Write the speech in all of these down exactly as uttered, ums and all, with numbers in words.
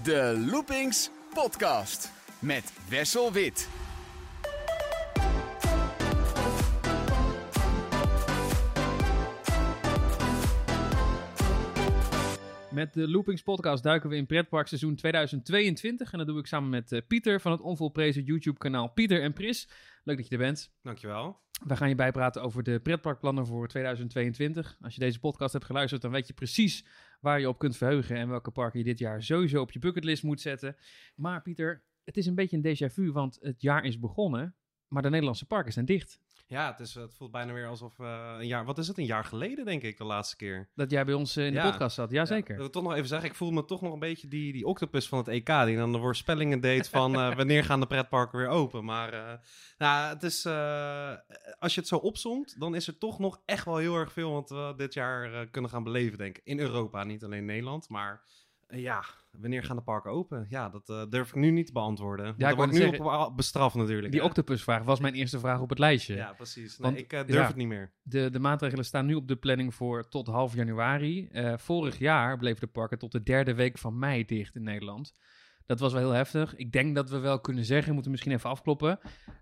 De Loopings Podcast met Wessel Wit. Met de Loopings Podcast duiken we in pretpark seizoen tweeduizend tweeëntwintig. En dat doe ik samen met uh, Pieter van het onvolprezen YouTube-kanaal Pieter en Pris. Leuk dat je er bent. Dankjewel. We gaan je bijpraten over de pretparkplannen voor tweeduizend tweeëntwintig. Als je deze podcast hebt geluisterd, dan weet je precies waar je op kunt verheugen en welke parken je dit jaar sowieso op je bucketlist moet zetten. Maar Pieter, het is een beetje een déjà vu, want het jaar is begonnen, maar de Nederlandse parken zijn dicht. Ja, het, is, het voelt bijna weer alsof uh, een jaar... Wat is het? Een jaar geleden, denk ik, de laatste keer. Dat jij bij ons uh, in ja. de podcast zat, jazeker. Ja, ik wil toch nog even zeggen, ik voel me toch nog een beetje die, die octopus van het E K... die dan de voorspellingen deed van uh, wanneer gaan de pretparken weer open. Maar uh, nou, het is, uh, als je het zo opzomt, dan is er toch nog echt wel heel erg veel... wat we dit jaar uh, kunnen gaan beleven, denk ik. In Europa, niet alleen Nederland, maar... Uh, ja, wanneer gaan de parken open? Ja, dat uh, durf ik nu niet te beantwoorden. Ja, ik ik word nu zeggen, op bestraft natuurlijk. Die hè? octopusvraag was mijn eerste vraag op het lijstje. Ja, precies. Nee, Want, ik uh, durf ja, het niet meer. De, de maatregelen staan nu op de planning voor tot half januari. Uh, vorig jaar bleven de parken tot de derde week van mei dicht in Nederland. Dat was wel heel heftig. Ik denk dat we wel kunnen zeggen, moeten we misschien even afkloppen.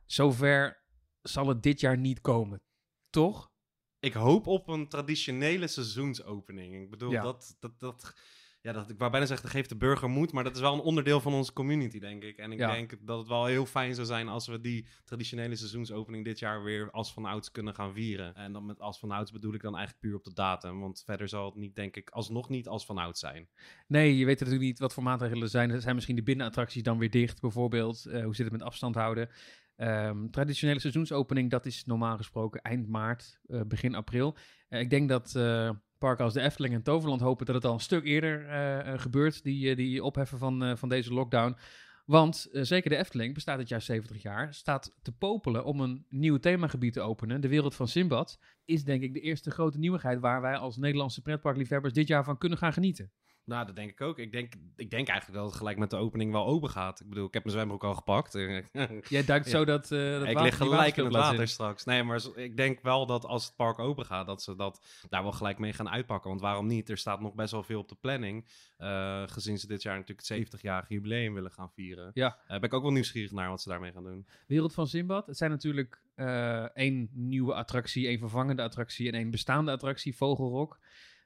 Zover zal het dit jaar niet komen. Toch? Ik hoop op een traditionele seizoensopening. Ik bedoel, ja. dat... dat, dat Ja, dat, ik wou bijna zeggen, dat geeft de burger moed, maar dat is wel een onderdeel van onze community, denk ik. En ik ja. denk dat het wel heel fijn zou zijn als we die traditionele seizoensopening dit jaar weer als vanouds kunnen gaan vieren. En dan met als vanouds bedoel ik dan eigenlijk puur op de datum, want verder zal het niet, denk ik, alsnog niet als vanouds zijn. Nee, je weet natuurlijk niet wat voor maatregelen er zijn. Er zijn misschien de binnenattracties dan weer dicht, bijvoorbeeld. Uh, hoe zit het met afstand houden? Um, traditionele seizoensopening, dat is normaal gesproken eind maart, uh, begin april. Uh, ik denk dat... Uh, parken als de Efteling en Toverland hopen dat het al een stuk eerder uh, uh, gebeurt, die, uh, die opheffen van, uh, van deze lockdown. Want uh, zeker de Efteling, bestaat dit jaar zeventig jaar, staat te popelen om een nieuw themagebied te openen. De wereld van Sinbad is denk ik de eerste grote nieuwigheid waar wij als Nederlandse pretparkliefhebbers dit jaar van kunnen gaan genieten. Nou, dat denk ik ook. Ik denk, ik denk eigenlijk dat het gelijk met de opening wel open gaat. Ik bedoel, ik heb mijn zwembroek al gepakt. Jij duikt ja. zo dat, uh, dat ik water, lig gelijk in het water in. straks. Nee, maar ik denk wel dat als het park open gaat, dat ze dat daar wel gelijk mee gaan uitpakken. Want waarom niet? Er staat nog best wel veel op de planning. Uh, gezien ze dit jaar natuurlijk het zeventigjarige jubileum willen gaan vieren. Ja. Uh, ben ik ook wel nieuwsgierig naar wat ze daarmee gaan doen. Wereld van Sinbad. Het zijn natuurlijk uh, één nieuwe attractie, één vervangende attractie en één bestaande attractie, Vogelrok.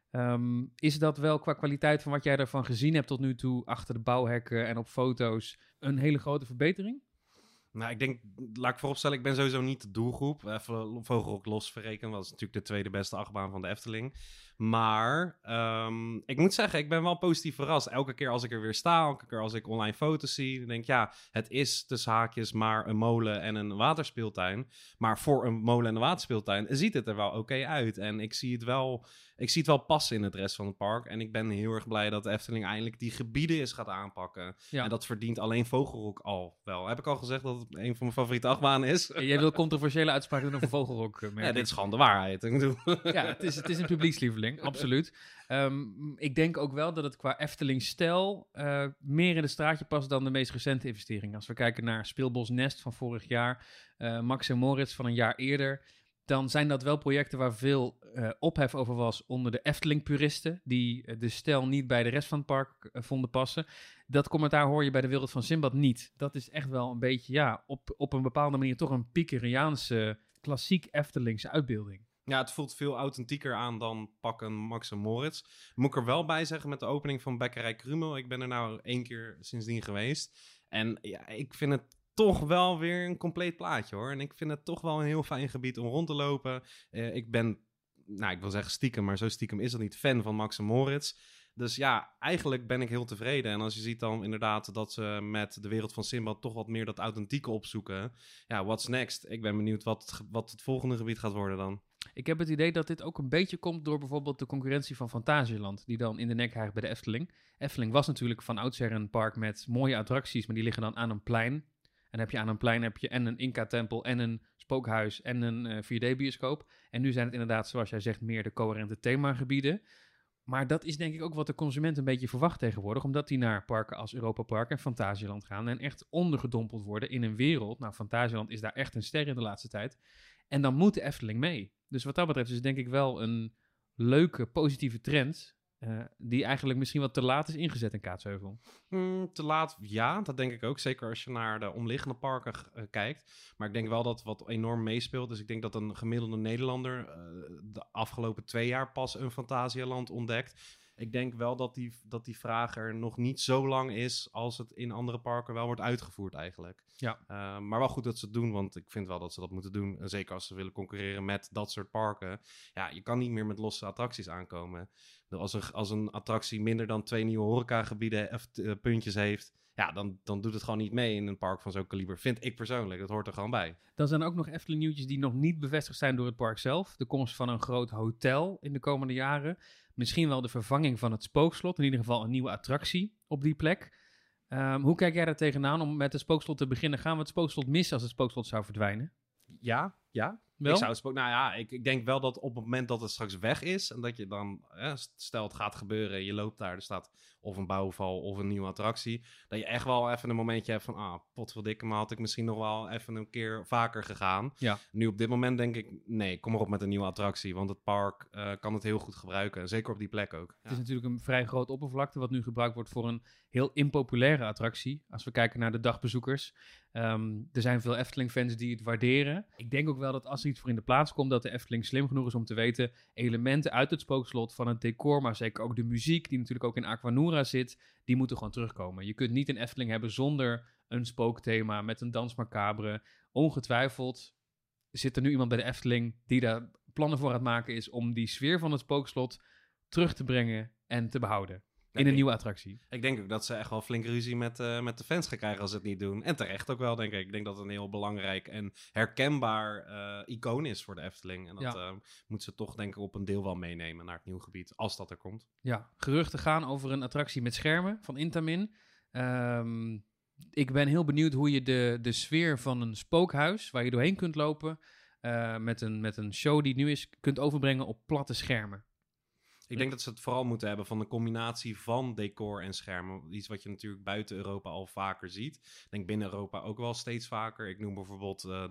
Um, is dat wel qua kwaliteit van wat jij ervan gezien hebt tot nu toe achter de bouwhekken en op foto's een hele grote verbetering? Nou, ik denk, laat ik vooropstellen, ik ben sowieso niet de doelgroep. Even Vogelrok los verrekenen, dat is natuurlijk de tweede beste achtbaan van de Efteling. Maar um, ik moet zeggen, ik ben wel positief verrast. Elke keer als ik er weer sta, elke keer als ik online foto's zie, dan denk ik, ja, het is tussen haakjes maar een molen en een waterspeeltuin. Maar voor een molen en een waterspeeltuin ziet het er wel oké okay uit. En ik zie het wel... Ik zie het wel passen in het rest van het park. En ik ben heel erg blij dat de Efteling eindelijk die gebieden is gaat aanpakken. Ja. En dat verdient alleen Vogelrok al wel. Heb ik al gezegd dat het een van mijn favoriete achtbanen is? Ja, jij wil controversiële uitspraken doen over Vogelrok. Ja, dit is gewoon de waarheid. Ik bedoel. Ja, het is, het is een publiekslieveling, absoluut. Um, ik denk ook wel dat het qua Efteling-stijl uh, meer in het straatje past dan de meest recente investeringen. Als we kijken naar Speelbos Nest van vorig jaar, uh, Max en Moritz van een jaar eerder... dan zijn dat wel projecten waar veel uh, ophef over was onder de Efteling-puristen, die uh, de stijl niet bij de rest van het park uh, vonden passen. Dat commentaar hoor je bij de wereld van Sinbad niet. Dat is echt wel een beetje, ja, op, op een bepaalde manier toch een Pikeriaanse, klassiek Eftelingse uitbeelding. Ja, het voelt veel authentieker aan dan pakken Max en Moritz. Moet ik er wel bij zeggen met de opening van Bekkerij Krumel. Ik ben er nou één keer sindsdien geweest. En ja, ik vind het toch wel weer een compleet plaatje, hoor. En ik vind het toch wel een heel fijn gebied om rond te lopen. Uh, ik ben, nou, ik wil zeggen stiekem, maar zo stiekem is dat niet, fan van Max en Moritz. Dus ja, eigenlijk ben ik heel tevreden. En als je ziet dan inderdaad dat ze met de wereld van Sinbad toch wat meer dat authentieke opzoeken. Ja, what's next? Ik ben benieuwd wat, wat het volgende gebied gaat worden dan. Ik heb het idee dat dit ook een beetje komt door bijvoorbeeld de concurrentie van Fantasieland, die dan in de nek hijgt bij de Efteling. Efteling was natuurlijk van oudsher een park met mooie attracties, maar die liggen dan aan een plein. En dan heb je aan een plein heb je en een Inca-tempel en een spookhuis en een uh, vier D-bioscoop. En nu zijn het inderdaad, zoals jij zegt, meer de coherente themagebieden. Maar dat is denk ik ook wat de consument een beetje verwacht tegenwoordig, omdat die naar parken als Europa Park en Fantasieland gaan en echt ondergedompeld worden in een wereld. Nou, Fantasieland is daar echt een ster in de laatste tijd. En dan moet de Efteling mee. Dus wat dat betreft is het denk ik wel een leuke, positieve trend Uh, die eigenlijk misschien wat te laat is ingezet in Kaatsheuvel. Mm, te laat, ja, dat denk ik ook. Zeker als je naar de omliggende parken uh, kijkt. Maar ik denk wel dat wat enorm meespeelt. Dus ik denk dat een gemiddelde Nederlander uh, de afgelopen twee jaar pas een Fantasialand ontdekt. Ik denk wel dat die, dat die vraag er nog niet zo lang is als het in andere parken wel wordt uitgevoerd eigenlijk. Ja. Uh, maar wel goed dat ze het doen, want ik vind wel dat ze dat moeten doen. En zeker als ze willen concurreren met dat soort parken. Ja, je kan niet meer met losse attracties aankomen. Als een, als een attractie minder dan twee nieuwe horecagebieden of uh, puntjes heeft, ja, dan, dan doet het gewoon niet mee in een park van zo'n kaliber. Vind ik persoonlijk, dat hoort er gewoon bij. Dan zijn er ook nog Efteling nieuwtjes die nog niet bevestigd zijn door het park zelf. De komst van een groot hotel in de komende jaren. Misschien wel de vervanging van het Spookslot. In ieder geval een nieuwe attractie op die plek. Um, hoe kijk jij daar tegenaan om met het Spookslot te beginnen? Gaan we het Spookslot missen als het Spookslot zou verdwijnen? Ja, ja. Wel? Ik zou het spook... Nou ja, ik, ik denk wel dat op het moment dat het straks weg is en dat je dan, eh, stel het gaat gebeuren, je loopt daar, er staat of een bouwval of een nieuwe attractie, dat je echt wel even een momentje hebt van, ah, potverdikke, maar had ik misschien nog wel even een keer vaker gegaan. Ja. Nu op dit moment denk ik, nee, kom maar op met een nieuwe attractie, want het park uh, kan het heel goed gebruiken, en zeker op die plek ook. Het is natuurlijk een vrij groot oppervlakte wat nu gebruikt wordt voor een heel impopulaire attractie. Als we kijken naar de dagbezoekers. Um, er zijn veel Efteling-fans die het waarderen. Ik denk ook wel dat als er iets voor in de plaats komt, dat de Efteling slim genoeg is om te weten, elementen uit het Spookslot, van het decor, maar zeker ook de muziek, die natuurlijk ook in Aquanura zit, die moeten gewoon terugkomen. Je kunt niet een Efteling hebben zonder een spookthema met een dans macabre. Ongetwijfeld zit er nu iemand bij de Efteling die daar plannen voor aan het maken is om die sfeer van het Spookslot terug te brengen en te behouden. In een ik, nieuwe attractie. Ik denk ook dat ze echt wel flink ruzie met, uh, met de fans gaan krijgen als ze het niet doen. En terecht ook wel, denk ik. Ik denk dat het een heel belangrijk en herkenbaar uh, icoon is voor de Efteling. En dat ja. uh, moet ze toch, denk ik, op een deel wel meenemen naar het nieuwe gebied, als dat er komt. Ja, geruchten gaan over een attractie met schermen van Intamin. Um, ik ben heel benieuwd hoe je de, de sfeer van een spookhuis, waar je doorheen kunt lopen, uh, met, een, met een show die nu is, kunt overbrengen op platte schermen. Ik denk dat ze het vooral moeten hebben van een combinatie van decor en schermen. Iets wat je natuurlijk buiten Europa al vaker ziet. Ik denk binnen Europa ook wel steeds vaker. Ik noem bijvoorbeeld uh,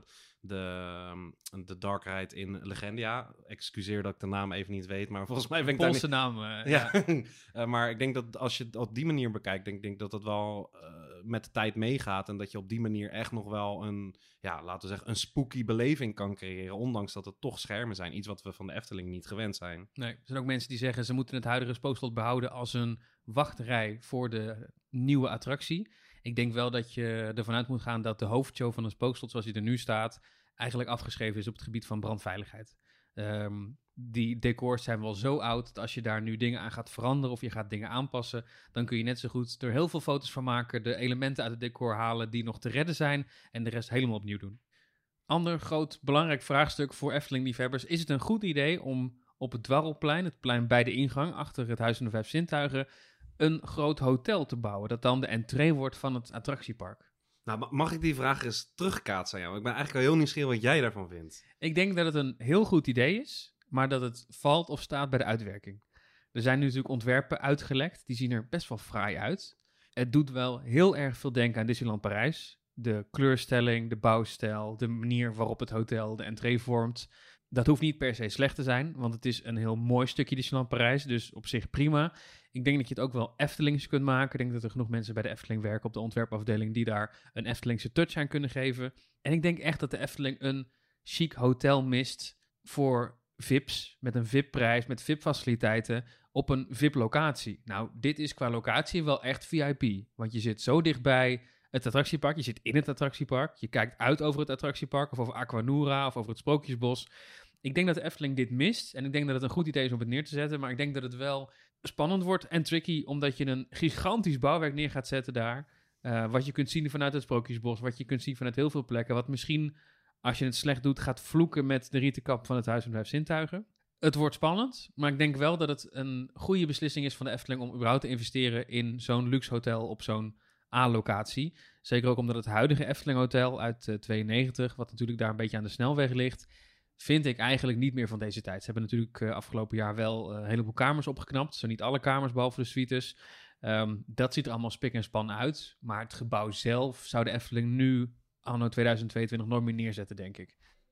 de, de Dark Ride in Legendia. Excuseer dat ik de naam even niet weet, maar volgens mij ben ik Poolse daar niet... naam. Uh, ja, ja. uh, maar ik denk dat als je het op die manier bekijkt, denk ik denk dat het wel uh, met de tijd meegaat. En dat je op die manier echt nog wel een, ja, laten we zeggen, een spooky beleving kan creëren. Ondanks dat het toch schermen zijn. Iets wat we van de Efteling niet gewend zijn. Nee, er zijn ook mensen die zeggen ze moeten het huidige Spookslot behouden als een wachtrij voor de nieuwe attractie. Ik denk wel dat je ervan uit moet gaan dat de hoofdshow van een Spookslot zoals die er nu staat eigenlijk afgeschreven is op het gebied van brandveiligheid. Um, die decors zijn wel zo oud dat als je daar nu dingen aan gaat veranderen of je gaat dingen aanpassen, dan kun je net zo goed er heel veel foto's van maken, de elementen uit het decor halen die nog te redden zijn en de rest helemaal opnieuw doen. Ander groot belangrijk vraagstuk voor Efteling-liefhebbers: is het een goed idee om op het Dwarrelplein, het plein bij de ingang achter het Huis van de Vijf Zintuigen, een groot hotel te bouwen dat dan de entree wordt van het attractiepark? Nou, mag ik die vraag eens terugkaatsen aan jou? Ik ben eigenlijk wel heel nieuwsgierig wat jij daarvan vindt. Ik denk dat het een heel goed idee is, maar dat het valt of staat bij de uitwerking. Er zijn nu natuurlijk ontwerpen uitgelekt, die zien er best wel fraai uit. Het doet wel heel erg veel denken aan Disneyland Parijs. De kleurstelling, de bouwstijl, de manier waarop het hotel de entree vormt. Dat hoeft niet per se slecht te zijn, want het is een heel mooi stukje Disneyland Parijs, dus op zich prima. Ik denk dat je het ook wel Eftelings kunt maken. Ik denk dat er genoeg mensen bij de Efteling werken op de ontwerpafdeling die daar een Eftelingse touch aan kunnen geven. En ik denk echt dat de Efteling een chic hotel mist voor V I P's, met een V I P-prijs, met V I P-faciliteiten op een V I P-locatie. Nou, dit is qua locatie wel echt V I P, want je zit zo dichtbij het attractiepark, je zit in het attractiepark, je kijkt uit over het attractiepark of over Aquanura of over het Sprookjesbos. Ik denk dat de Efteling dit mist en ik denk dat het een goed idee is om het neer te zetten, maar ik denk dat het wel spannend wordt en tricky, omdat je een gigantisch bouwwerk neer gaat zetten daar, uh, wat je kunt zien vanuit het Sprookjesbos, wat je kunt zien vanuit heel veel plekken, wat misschien, als je het slecht doet, gaat vloeken met de rieten kap van het Huis van de Vijf Zintuigen. Het wordt spannend, maar ik denk wel dat het een goede beslissing is van de Efteling om überhaupt te investeren in zo'n luxe hotel op zo'n A-locatie. Zeker ook omdat het huidige Efteling Hotel uit uh, tweeënnegentig, wat natuurlijk daar een beetje aan de snelweg ligt, vind ik eigenlijk niet meer van deze tijd. Ze hebben natuurlijk uh, afgelopen jaar wel uh, een heleboel kamers opgeknapt. Zo niet alle kamers, behalve de suites. Um, dat ziet er allemaal spik en span uit. Maar het gebouw zelf zou de Efteling nu, anno tweeduizend tweeëntwintig, nooit meer neerzetten, denk ik.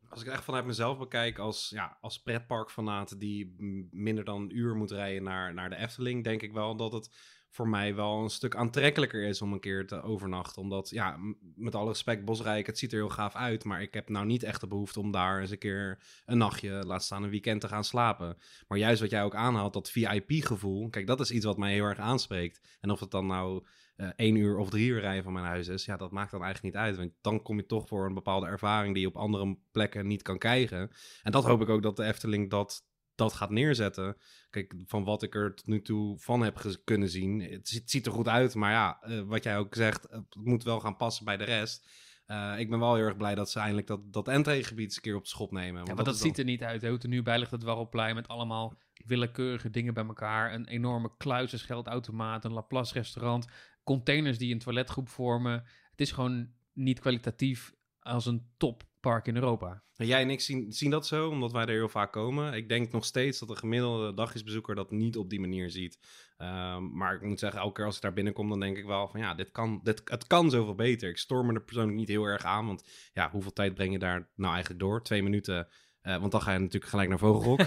Als ik echt vanuit mezelf bekijk als, ja, als pretparkfanaat die minder dan een uur moet rijden naar, naar de Efteling, denk ik wel dat het voor mij wel een stuk aantrekkelijker is om een keer te overnachten. Omdat, ja, met alle respect, Bosrijk, het ziet er heel gaaf uit, maar ik heb nou niet echt de behoefte om daar eens een keer een nachtje, laat staan een weekend, te gaan slapen. Maar juist wat jij ook aanhaalt, dat V I P-gevoel, kijk, dat is iets wat mij heel erg aanspreekt. En of het dan nou uh, één uur of drie uur rijden van mijn huis is, ja, dat maakt dan eigenlijk niet uit. Want dan kom je toch voor een bepaalde ervaring die je op andere plekken niet kan krijgen. En dat hoop ik ook dat de Efteling dat, dat gaat neerzetten. Kijk, van wat ik er tot nu toe van heb ge- kunnen zien, het ziet, het ziet er goed uit. Maar ja, uh, wat jij ook zegt, het moet wel gaan passen bij de rest. Uh, ik ben wel heel erg blij dat ze eindelijk dat, dat entreegebied eens een keer op de schop nemen. Want Ja, maar dat, dat dat ziet dan... er niet uit. Hè? Nu bij ligt het Warrelplein met allemaal willekeurige dingen bij elkaar. Een enorme kluizenscheldautomaat, een Laplace restaurant, containers die een toiletgroep vormen. Het is gewoon niet kwalitatief als een toppark in Europa. Jij en ik zien, zien dat zo, omdat wij er heel vaak komen. Ik denk nog steeds dat de gemiddelde dagjesbezoeker dat niet op die manier ziet. Um, maar ik moet zeggen, elke keer als ik daar binnenkom, dan denk ik wel van ja, dit kan, dit, het kan zoveel beter. Ik stoor me er persoonlijk niet heel erg aan, want ja, hoeveel tijd breng je daar nou eigenlijk door? Twee minuten. Uh, want dan ga je natuurlijk gelijk naar Vogelrok.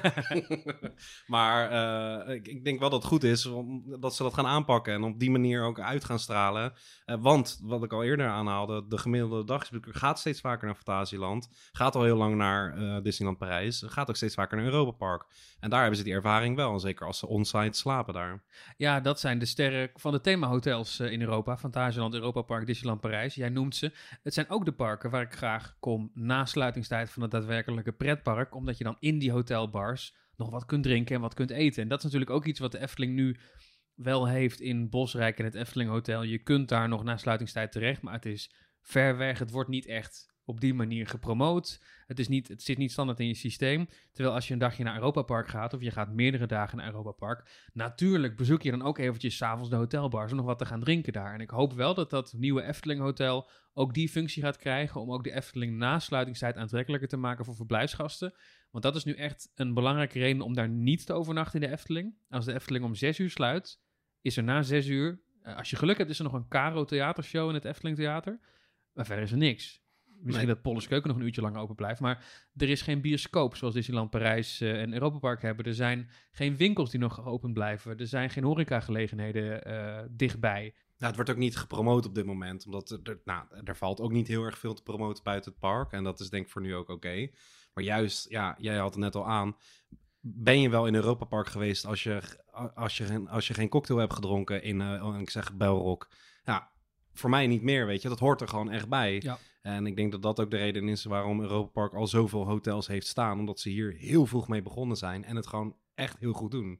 maar uh, ik, ik denk wel dat het goed is om, dat ze dat gaan aanpakken en op die manier ook uit gaan stralen. Uh, want, wat ik al eerder aanhaalde, de gemiddelde dagjesbezoeker gaat steeds vaker naar Fantasieland. Gaat al heel lang naar uh, Disneyland Parijs. Gaat ook steeds vaker naar Europa Park. En daar hebben ze die ervaring wel. En zeker als ze on-site slapen daar. Ja, dat zijn de sterren van de themahotels uh, in Europa. Fantasieland, Europa Park, Disneyland Parijs. Jij noemt ze. Het zijn ook de parken waar ik graag kom na sluitingstijd van het daadwerkelijke pretpark. Omdat je dan in die hotelbars nog wat kunt drinken en wat kunt eten. En dat is natuurlijk ook iets wat de Efteling nu wel heeft in Bosrijk en het Efteling Hotel. Je kunt daar nog na sluitingstijd terecht, maar het is ver weg. Het wordt niet echt op die manier gepromoot. Het, is niet, het zit niet standaard in je systeem. Terwijl als je een dagje naar Europa Park gaat, of je gaat meerdere dagen naar Europa Park, natuurlijk bezoek je dan ook eventjes 's avonds de hotelbars om nog wat te gaan drinken daar. En ik hoop wel dat dat nieuwe Efteling Hotel ook die functie gaat krijgen om ook de Efteling na sluitingstijd aantrekkelijker te maken voor verblijfsgasten. Want dat is nu echt een belangrijke reden om daar niet te overnachten in de Efteling. Als de Efteling om zes uur sluit, is er na zes uur, als je geluk hebt, is er nog een Caro theatershow in het Efteling Theater. Maar verder is er niks. Misschien nee. dat Polles Keuken nog een uurtje langer open blijft. Maar er is geen bioscoop zoals Disneyland Parijs uh, en Europa Park hebben. Er zijn geen winkels die nog geopend blijven. Er zijn geen horecagelegenheden uh, dichtbij. Nou, het wordt ook niet gepromoot op dit moment. Omdat er, nou, er valt ook niet heel erg veel te promoten buiten het park. En dat is denk ik voor nu ook oké. Okay. Maar juist, ja, jij had het net al aan. Ben je wel in Europa Park geweest als je, als je, als je geen cocktail hebt gedronken in, uh, ik zeg, Belrock? Ja, voor mij niet meer, weet je. Dat hoort er gewoon echt bij. Ja. En ik denk dat dat ook de reden is waarom Europa Park al zoveel hotels heeft staan. Omdat ze hier heel vroeg mee begonnen zijn en het gewoon echt heel goed doen.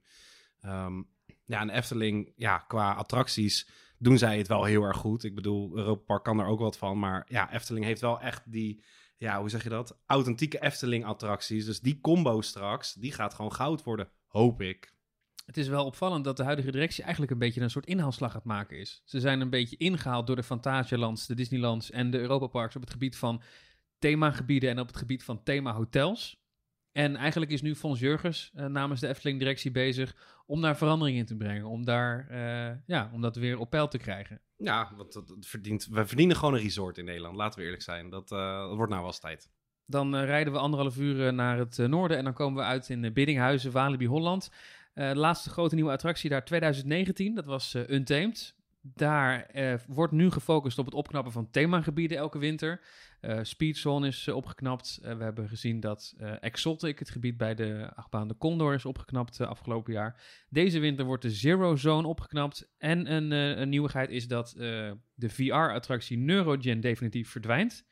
Um, ja, en Efteling, ja, qua attracties doen zij het wel heel erg goed. Ik bedoel, Europa Park kan er ook wat van. Maar ja, Efteling heeft wel echt die, ja, hoe zeg je dat? Authentieke Efteling-attracties. Dus die combo straks, die gaat gewoon goud worden, hoop ik. Het is wel opvallend dat de huidige directie eigenlijk een beetje een soort inhaalslag aan het maken is. Ze zijn een beetje ingehaald door de Fantasialands, de Disneylands en de Europa Parks op het gebied van themagebieden en op het gebied van themahotels. En eigenlijk is nu Fons Jurgens uh, namens de Efteling-directie bezig om daar verandering in te brengen. Om, daar, uh, ja, om dat weer op peil te krijgen. Ja, want dat, dat verdient, we verdienen gewoon een resort in Nederland, laten we eerlijk zijn. Dat, uh, dat wordt nou wel eens tijd. Dan uh, rijden we anderhalf uur uh, naar het uh, noorden en dan komen we uit in uh, Biddinghuizen, Walibi Holland. Uh, de laatste grote nieuwe attractie daar twintig negentien, dat was uh, Untamed. Daar uh, wordt nu gefocust op het opknappen van themagebieden elke winter. Uh, Speedzone is uh, opgeknapt. Uh, we hebben gezien dat uh, Exotic, het gebied bij de achtbaan de Condor, is opgeknapt uh, afgelopen jaar. Deze winter wordt de Zero Zone opgeknapt. En een, uh, een nieuwigheid is dat uh, de V R-attractie Neurogen definitief verdwijnt.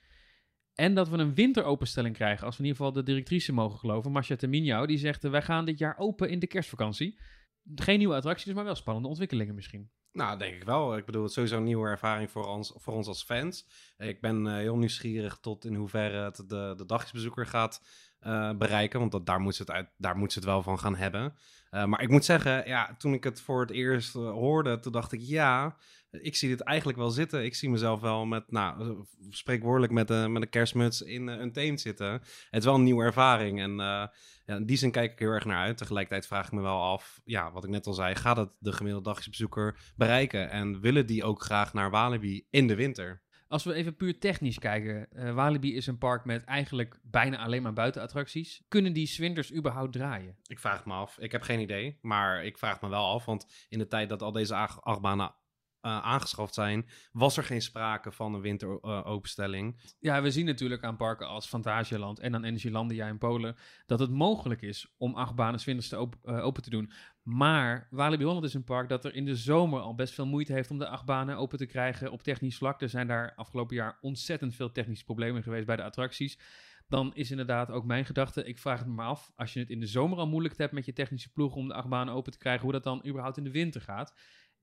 En dat we een winteropenstelling krijgen, als we in ieder geval de directrice mogen geloven. Masha Terminio, die zegt, uh, wij gaan dit jaar open in de kerstvakantie. Geen nieuwe attractie, dus maar wel spannende ontwikkelingen misschien. Nou, denk ik wel. Ik bedoel, het is sowieso een nieuwe ervaring voor ons, voor ons als fans. Ik ben uh, heel nieuwsgierig tot in hoeverre het de, de dagjesbezoeker gaat uh, bereiken. Want dat, daar, moet ze het uit, daar moet ze het wel van gaan hebben. Uh, maar ik moet zeggen, ja, toen ik het voor het eerst uh, hoorde, toen dacht ik, ja, ik zie dit eigenlijk wel zitten. Ik zie mezelf wel met, nou, spreekwoordelijk met, uh, met een kerstmuts in uh, een tent zitten. Het is wel een nieuwe ervaring en uh, ja, in die zin kijk ik heel erg naar uit. Tegelijkertijd vraag ik me wel af, ja, wat ik net al zei, gaat het de gemiddelde dagjesbezoeker bereiken? En willen die ook graag naar Walibi in de winter? Als we even puur technisch kijken. Uh, Walibi is een park met eigenlijk bijna alleen maar buitenattracties. Kunnen die 's winters überhaupt draaien? Ik vraag het me af. Ik heb geen idee. Maar ik vraag me wel af. Want in de tijd dat al deze acht- achtbanen uh, aangeschaft zijn, was er geen sprake van een winteropenstelling. Uh, ja, we zien natuurlijk aan parken als Phantasialand en aan Energylandia in Polen dat het mogelijk is om achtbanen 's winters te op, uh, open te doen. Maar Walibi Holland is een park dat er in de zomer al best veel moeite heeft om de achtbanen open te krijgen op technisch vlak. Er zijn daar afgelopen jaar ontzettend veel technische problemen geweest bij de attracties. Dan is inderdaad ook mijn gedachte, ik vraag het me maar af, als je het in de zomer al moeilijk hebt met je technische ploeg om de achtbanen open te krijgen, hoe dat dan überhaupt in de winter gaat.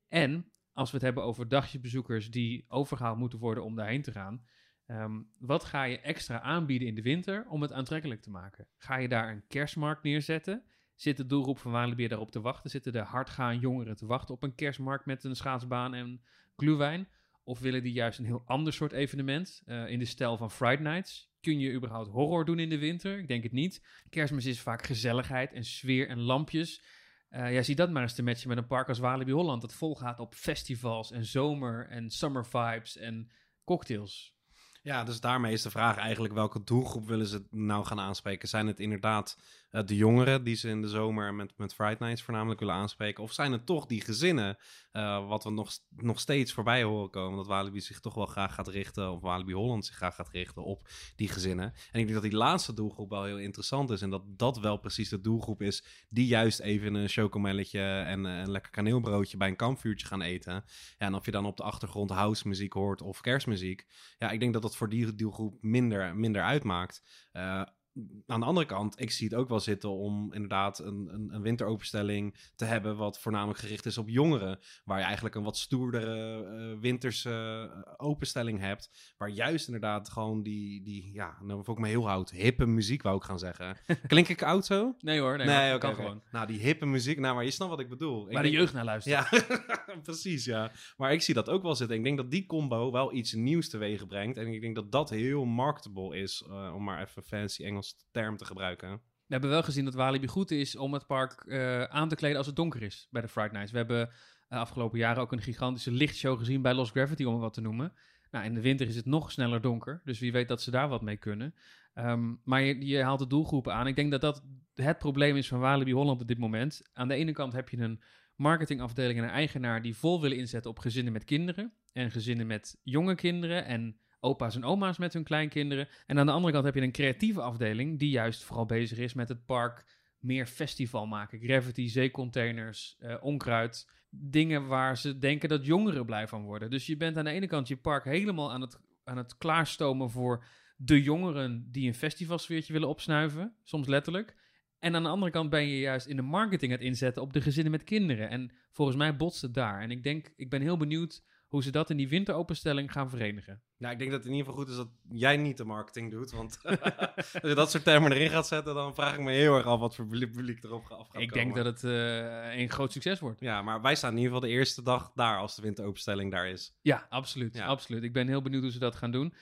En als we het hebben over dagjesbezoekers die overgehaald moeten worden om daarheen te gaan, um, wat ga je extra aanbieden in de winter om het aantrekkelijk te maken? Ga je daar een kerstmarkt neerzetten? Zit de doelgroep van Walibi daarop te wachten? Zitten de hardgaan jongeren te wachten op een kerstmarkt met een schaatsbaan en glühwein? Of willen die juist een heel ander soort evenement uh, in de stijl van Friday Nights? Kun je überhaupt horror doen in de winter? Ik denk het niet. Kerstmis is vaak gezelligheid en sfeer en lampjes. Uh, ja, zie dat maar eens te matchen met een park als Walibi Holland, dat volgaat op festivals en zomer en summer vibes en cocktails. Ja, dus daarmee is de vraag eigenlijk welke doelgroep willen ze nou gaan aanspreken? Zijn het inderdaad uh, de jongeren die ze in de zomer met, met Friday Nights voornamelijk willen aanspreken? Of zijn het toch die gezinnen, uh, wat we nog, nog steeds voorbij horen komen, dat Walibi zich toch wel graag gaat richten, of Walibi Holland zich graag gaat richten op die gezinnen? En ik denk dat die laatste doelgroep wel heel interessant is en dat dat wel precies de doelgroep is die juist even een chocomelletje en uh, een lekker kaneelbroodje bij een kampvuurtje gaan eten. Ja, en of je dan op de achtergrond house muziek hoort of kerstmuziek. Ja, ik denk dat dat voor die doelgroep minder, minder uitmaakt. Uh, aan de andere kant, ik zie het ook wel zitten om inderdaad een, een, een winteropenstelling te hebben wat voornamelijk gericht is op jongeren. Waar je eigenlijk een wat stoerdere uh, winterse uh, openstelling hebt. Waar juist inderdaad gewoon die, die ja, nou ook me heel oud, hippe muziek wou ik gaan zeggen. Klink ik oud zo? Nee hoor, nee, nee hoor, okay, kan okay. gewoon. Nou, die hippe muziek, nou maar je snapt wat ik bedoel. Waar ik de denk, jeugd naar luistert. Ja, precies ja. Maar ik zie dat ook wel zitten. Ik denk dat die combo wel iets nieuws teweeg brengt. En ik denk dat dat heel marketable is, uh, om maar even fancy Engels term te gebruiken. We hebben wel gezien dat Walibi goed is om het park uh, aan te kleden als het donker is bij de Friday Nights. We hebben uh, afgelopen jaren ook een gigantische lichtshow gezien bij Lost Gravity, om het wat te noemen. Nou, in de winter is het nog sneller donker, dus wie weet dat ze daar wat mee kunnen. Um, maar je, je haalt de doelgroepen aan. Ik denk dat dat het probleem is van Walibi Holland op dit moment. Aan de ene kant heb je een marketingafdeling en een eigenaar die vol willen inzetten op gezinnen met kinderen en gezinnen met jonge kinderen en opa's en oma's met hun kleinkinderen. En aan de andere kant heb je een creatieve afdeling die juist vooral bezig is met het park meer festival maken. Gravity, zeecontainers, uh, onkruid. Dingen waar ze denken dat jongeren blij van worden. Dus je bent aan de ene kant je park helemaal aan het, aan het klaarstomen voor de jongeren die een festivalsfeertje willen opsnuiven. Soms letterlijk. En aan de andere kant ben je juist in de marketing het inzetten op de gezinnen met kinderen. En volgens mij botst het daar. En ik denk, ik ben heel benieuwd hoe ze dat in die winteropenstelling gaan verenigen. Nou, ik denk dat het in ieder geval goed is dat jij niet de marketing doet. Want als je dat soort termen erin gaat zetten, dan vraag ik me heel erg af wat voor publiek erop af gaat ik komen. Ik denk dat het uh, een groot succes wordt. Ja, maar wij staan in ieder geval de eerste dag daar als de winteropenstelling daar is. Ja, absoluut. Ja. absoluut. Ik ben heel benieuwd hoe ze dat gaan doen.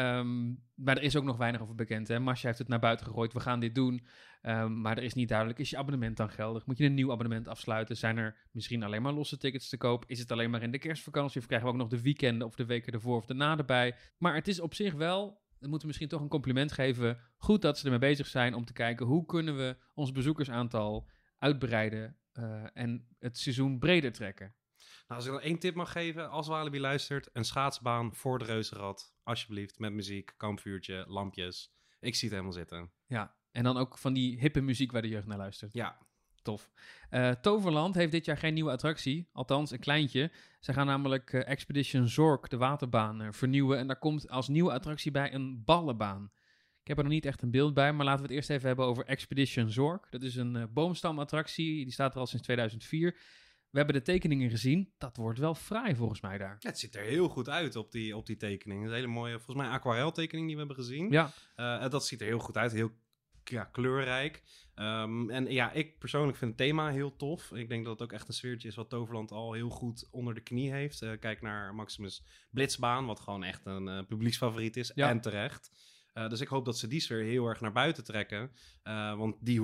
Um, maar er is ook nog weinig over bekend. Hè? Masha heeft het naar buiten gegooid. We gaan dit doen. Um, maar er is niet duidelijk, is je abonnement dan geldig? Moet je een nieuw abonnement afsluiten? Zijn er misschien alleen maar losse tickets te koop? Is het alleen maar in de kerstvakantie? Of krijgen we ook nog de weekenden of de weken ervoor of daarna erbij? Maar het is op zich wel, we moeten misschien toch een compliment geven, goed dat ze ermee bezig zijn om te kijken hoe kunnen we ons bezoekersaantal uitbreiden uh, en het seizoen breder trekken. Nou, als ik dan één tip mag geven, als Walibi luistert, een schaatsbaan voor de Reuzenrad, alsjeblieft, met muziek, kampvuurtje, lampjes. Ik zie het helemaal zitten. Ja, en dan ook van die hippe muziek waar de jeugd naar luistert. Ja. Tof. Uh, Toverland heeft dit jaar geen nieuwe attractie, althans een kleintje. Ze gaan namelijk uh, Expedition Zork, de waterbaan, uh, vernieuwen. En daar komt als nieuwe attractie bij een ballenbaan. Ik heb er nog niet echt een beeld bij, maar laten we het eerst even hebben over Expedition Zork. Dat is een uh, boomstamattractie, die staat er al sinds tweeduizend vier. We hebben de tekeningen gezien. Dat wordt wel fraai volgens mij daar. Ja, het ziet er heel goed uit op die, op die tekening. Een hele mooie, volgens mij, aquareltekening die we hebben gezien. Ja. Uh, dat ziet er heel goed uit, heel ja, kleurrijk. Um, en ja, ik persoonlijk vind het thema heel tof. Ik denk dat het ook echt een sfeertje is wat Toverland al heel goed onder de knie heeft. Uh, kijk naar Maximus Blitzbaan, wat gewoon echt een uh, publieksfavoriet is. Ja. En terecht. Uh, dus ik hoop dat ze die sfeer heel erg naar buiten trekken. Uh, want die hoek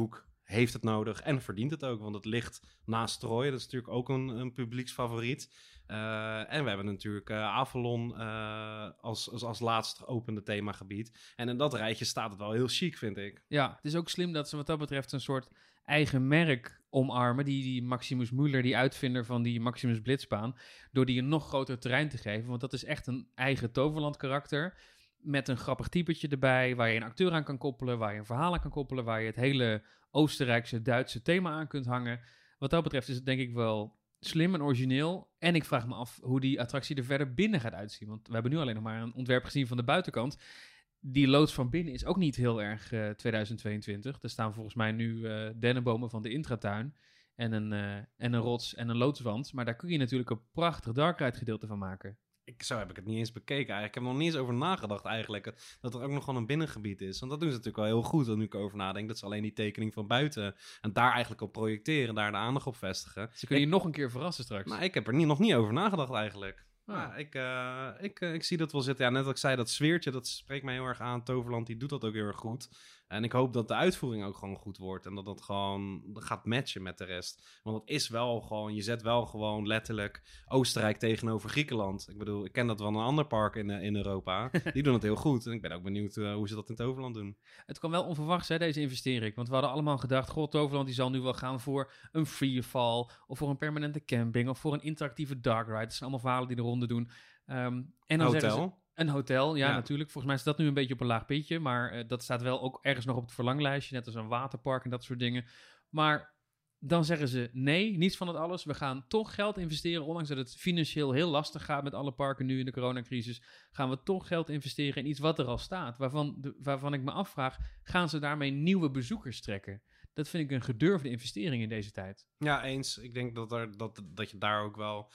heeft het nodig en verdient het ook. Want het ligt naast Troje. Dat is natuurlijk ook een, een publieksfavoriet. Uh, en we hebben natuurlijk uh, Avalon uh, als, als, als laatst geopende themagebied. En in dat rijtje staat het wel heel chic, vind ik. Ja, het is ook slim dat ze wat dat betreft een soort eigen merk omarmen. Die, die Maximus Müller, die uitvinder van die Maximus Blitzbaan. Door die een nog groter terrein te geven. Want dat is echt een eigen Toverland karakter. Met een grappig typetje erbij. Waar je een acteur aan kan koppelen. Waar je een verhaal aan kan koppelen. Waar je het hele Oostenrijkse, Duitse thema aan kunt hangen. Wat dat betreft is het denk ik wel slim en origineel. En ik vraag me af hoe die attractie er verder binnen gaat uitzien. Want we hebben nu alleen nog maar een ontwerp gezien van de buitenkant. Die loods van binnen is ook niet heel erg uh, tweeduizend tweeëntwintig. Er staan volgens mij nu uh, dennenbomen van de intratuin. En een, uh, en een rots en een loodswand. Maar daar kun je natuurlijk een prachtig dark ride gedeelte van maken. Ik, zo heb ik het niet eens bekeken eigenlijk. Ik heb er nog niet eens over nagedacht eigenlijk. Dat er ook nog gewoon een binnengebied is. Want dat doen ze natuurlijk wel heel goed. En nu ik erover nadenk. Dat ze alleen die tekening van buiten. En daar eigenlijk op projecteren. Daar de aandacht op vestigen. Ze kunnen ik, je nog een keer verrassen straks. Maar ik heb er niet, nog niet over nagedacht eigenlijk. Ah. Ja, ik, uh, ik, uh, ik zie dat wel zitten. Ja, net als ik zei, dat sfeertje, dat spreekt mij heel erg aan. Toverland, die doet dat ook heel erg goed. En ik hoop dat de uitvoering ook gewoon goed wordt. En dat dat gewoon gaat matchen met de rest. Want het is wel gewoon, je zet wel gewoon letterlijk Oostenrijk tegenover Griekenland. Ik bedoel, ik ken dat van een ander park in, in Europa. Die doen het heel goed. En ik ben ook benieuwd uh, hoe ze dat in Toverland doen. Het kwam wel onverwachts, hè, deze investering. Want we hadden allemaal gedacht, god, Toverland die zal nu wel gaan voor een freefall. Of voor een permanente camping. Of voor een interactieve dark ride. Dat zijn allemaal verhalen die de ronde doen. Um, en dan Hotel. Ze, een hotel, ja, ja natuurlijk. Volgens mij is dat nu een beetje op een laag pitje. Maar uh, dat staat wel ook ergens nog op het verlanglijstje. Net als een waterpark en dat soort dingen. Maar dan zeggen ze nee, niets van het alles. We gaan toch geld investeren. Ondanks dat het financieel heel lastig gaat met alle parken nu in de coronacrisis. Gaan we toch geld investeren in iets wat er al staat. Waarvan, de, waarvan ik me afvraag, gaan ze daarmee nieuwe bezoekers trekken? Dat vind ik een gedurfde investering in deze tijd. Ja, eens. Ik denk dat, er, dat, dat je daar ook wel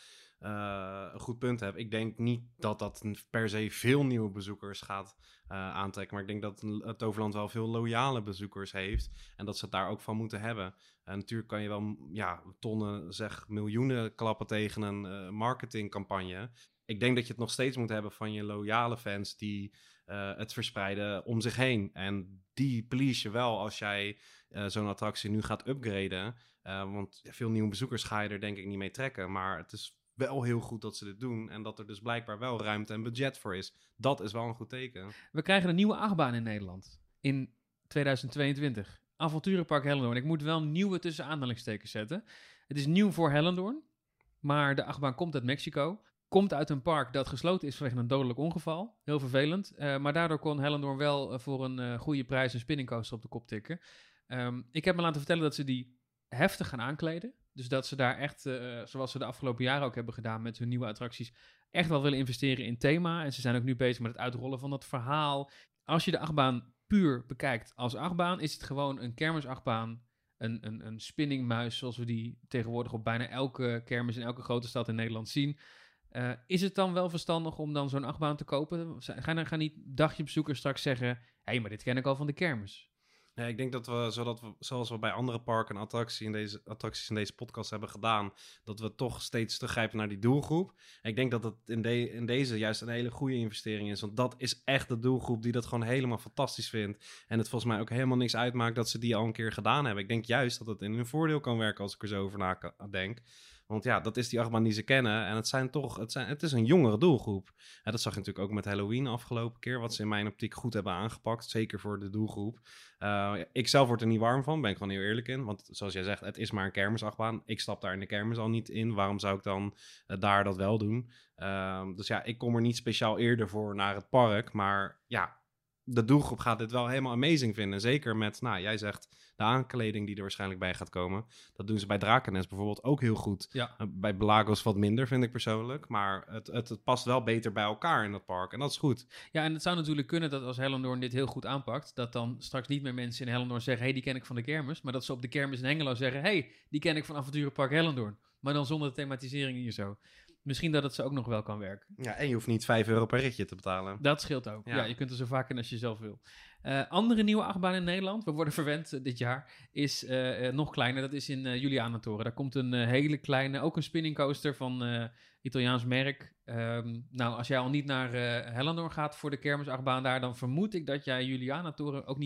uh, een goed punt hebt. Ik denk niet dat dat per se veel nieuwe bezoekers gaat uh, aantrekken. Maar ik denk dat het Toverland wel veel loyale bezoekers heeft. En dat ze het daar ook van moeten hebben. En natuurlijk kan je wel ja, tonnen, zeg miljoenen klappen tegen een uh, marketingcampagne. Ik denk dat je het nog steeds moet hebben van je loyale fans die uh, het verspreiden om zich heen. En die please je wel als jij uh, zo'n attractie nu gaat upgraden. Uh, want veel nieuwe bezoekers ga je er denk ik niet mee trekken. Maar het is wel heel goed dat ze dit doen. En dat er dus blijkbaar wel ruimte en budget voor is. Dat is wel een goed teken. We krijgen een nieuwe achtbaan in Nederland. In tweeduizend tweeëntwintig. Avonturenpark Hellendoorn. Ik moet wel nieuwe tussen aanhalingstekens zetten. Het is nieuw voor Hellendoorn. Maar de achtbaan komt uit Mexico. Komt uit een park dat gesloten is vanwege een dodelijk ongeval. Heel vervelend. Uh, maar daardoor kon Hellendoorn wel uh, voor een uh, goede prijs een spinningcoaster op de kop tikken. Um, ik heb me laten vertellen dat ze die heftig gaan aankleden. Dus dat ze daar echt, uh, zoals ze de afgelopen jaren ook hebben gedaan met hun nieuwe attracties, echt wel willen investeren in thema. En ze zijn ook nu bezig met het uitrollen van dat verhaal. Als je de achtbaan puur bekijkt als achtbaan, is het gewoon een kermisachtbaan. Een, een, een spinningmuis zoals we die tegenwoordig op bijna elke kermis in elke grote stad in Nederland zien. Uh, is het dan wel verstandig om dan zo'n achtbaan te kopen? Gaan, gaan die dagjebezoekers straks zeggen, hé, hey, maar dit ken ik al van de kermis? Ja, ik denk dat we, zodat we, zoals we bij andere parken en attracties in, deze, attracties in deze podcast hebben gedaan, dat we toch steeds teruggrijpen naar die doelgroep. En ik denk dat het in, de, in deze juist een hele goede investering is. Want dat is echt de doelgroep die dat gewoon helemaal fantastisch vindt. En het volgens mij ook helemaal niks uitmaakt dat ze die al een keer gedaan hebben. Ik denk juist dat het in hun voordeel kan werken als ik er zo over na denk. Want ja, dat is die achtbaan die ze kennen. En het zijn toch, het, zijn, het is een jongere doelgroep. En dat zag je natuurlijk ook met Halloween afgelopen keer. Wat ze in mijn optiek goed hebben aangepakt. Zeker voor de doelgroep. Uh, ik zelf word er niet warm van, ben ik gewoon heel eerlijk in. Want zoals jij zegt, het is maar een kermisachtbaan. Ik stap daar in de kermis al niet in. Waarom zou ik dan uh, daar dat wel doen? Uh, dus ja, ik kom er niet speciaal eerder voor naar het park. Maar ja, de doelgroep gaat dit wel helemaal amazing vinden. Zeker met, nou, jij zegt de aankleding die er waarschijnlijk bij gaat komen. Dat doen ze bij Drakennes bijvoorbeeld ook heel goed. Ja. Uh, bij Belagos wat minder, vind ik persoonlijk. Maar het, het, het past wel beter bij elkaar in dat park. En dat is goed. Ja, en het zou natuurlijk kunnen dat als Hellendoorn dit heel goed aanpakt, dat dan straks niet meer mensen in Hellendoorn zeggen, hey, die ken ik van de kermis. Maar dat ze op de kermis in Hengelo zeggen, hey, die ken ik van Avonturenpark Hellendoorn. Maar dan zonder de thematisering hier zo. Misschien dat het ze ook nog wel kan werken. Ja, en je hoeft niet vijf euro per ritje te betalen. Dat scheelt ook. Ja, Ja, je kunt er zo vaak in als je zelf wil. Uh, andere nieuwe achtbaan in Nederland, we worden verwend uh, dit jaar, is uh, uh, nog kleiner. Dat is in uh, Julianatoren. Daar komt een uh, hele kleine, ook een spinning coaster van uh, Italiaans merk. Um, nou, als jij al niet naar uh, Hellendoorn gaat voor de kermisachtbaan daar, dan vermoed ik dat jij Julianatoren ook niet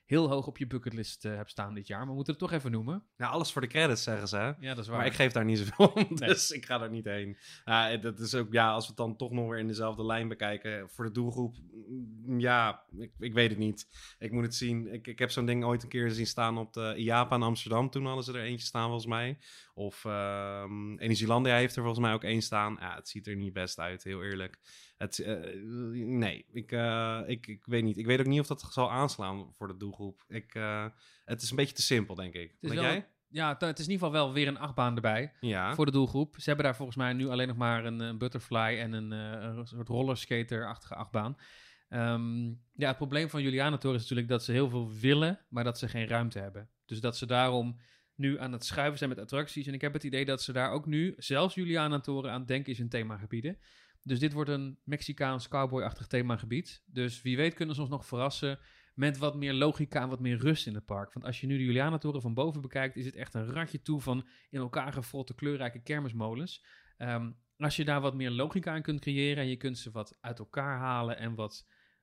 heel hoog op je bucketlist uh, hebt staan dit jaar. Maar we moeten het toch even noemen. Ja, alles voor de credits, zeggen ze. Hè? Ja, dat is waar. Maar ik geef daar niet zoveel om, Nee. dus ik ga er niet heen. Ja, dat is ook, ja, als we het dan toch nog weer in dezelfde lijn bekijken. Voor de doelgroep, mm, ja, ik, ik weet het niet. Ik moet het zien. Ik, ik heb zo'n ding ooit een keer zien staan op de I A P A in Amsterdam. Toen hadden ze er eentje staan, volgens mij. Of um, Energielandia heeft er volgens mij ook één staan. Ja, het ziet er niet best uit, heel eerlijk. Het, uh, nee, ik, uh, ik, ik weet niet. Ik weet ook niet of dat zal aanslaan voor de doelgroep. Ik, uh, het is een beetje te simpel, denk ik. Het is Denk wel, jij? Ja, t- het is in ieder geval wel weer een achtbaan erbij Ja. voor de doelgroep. Ze hebben daar volgens mij nu alleen nog maar een, een butterfly en een, uh, een soort rollerskater-achtige achtbaan. Um, ja, het probleem van Julianatoren is natuurlijk dat ze heel veel willen, maar dat ze geen ruimte hebben. Dus dat ze daarom nu aan het schuiven zijn met attracties. En ik heb het idee dat ze daar ook nu, zelfs Julianatoren, aan denken is in themagebieden. Dus dit wordt een Mexicaans cowboy-achtig themagebied. Dus wie weet kunnen ze ons nog verrassen met wat meer logica en wat meer rust in het park. Want als je nu de Julianatoren van boven bekijkt, is het echt een ratje toe van in elkaar gefrotte kleurrijke kermismolens. Um, als je daar wat meer logica aan kunt creëren en je kunt ze wat uit elkaar halen en wat,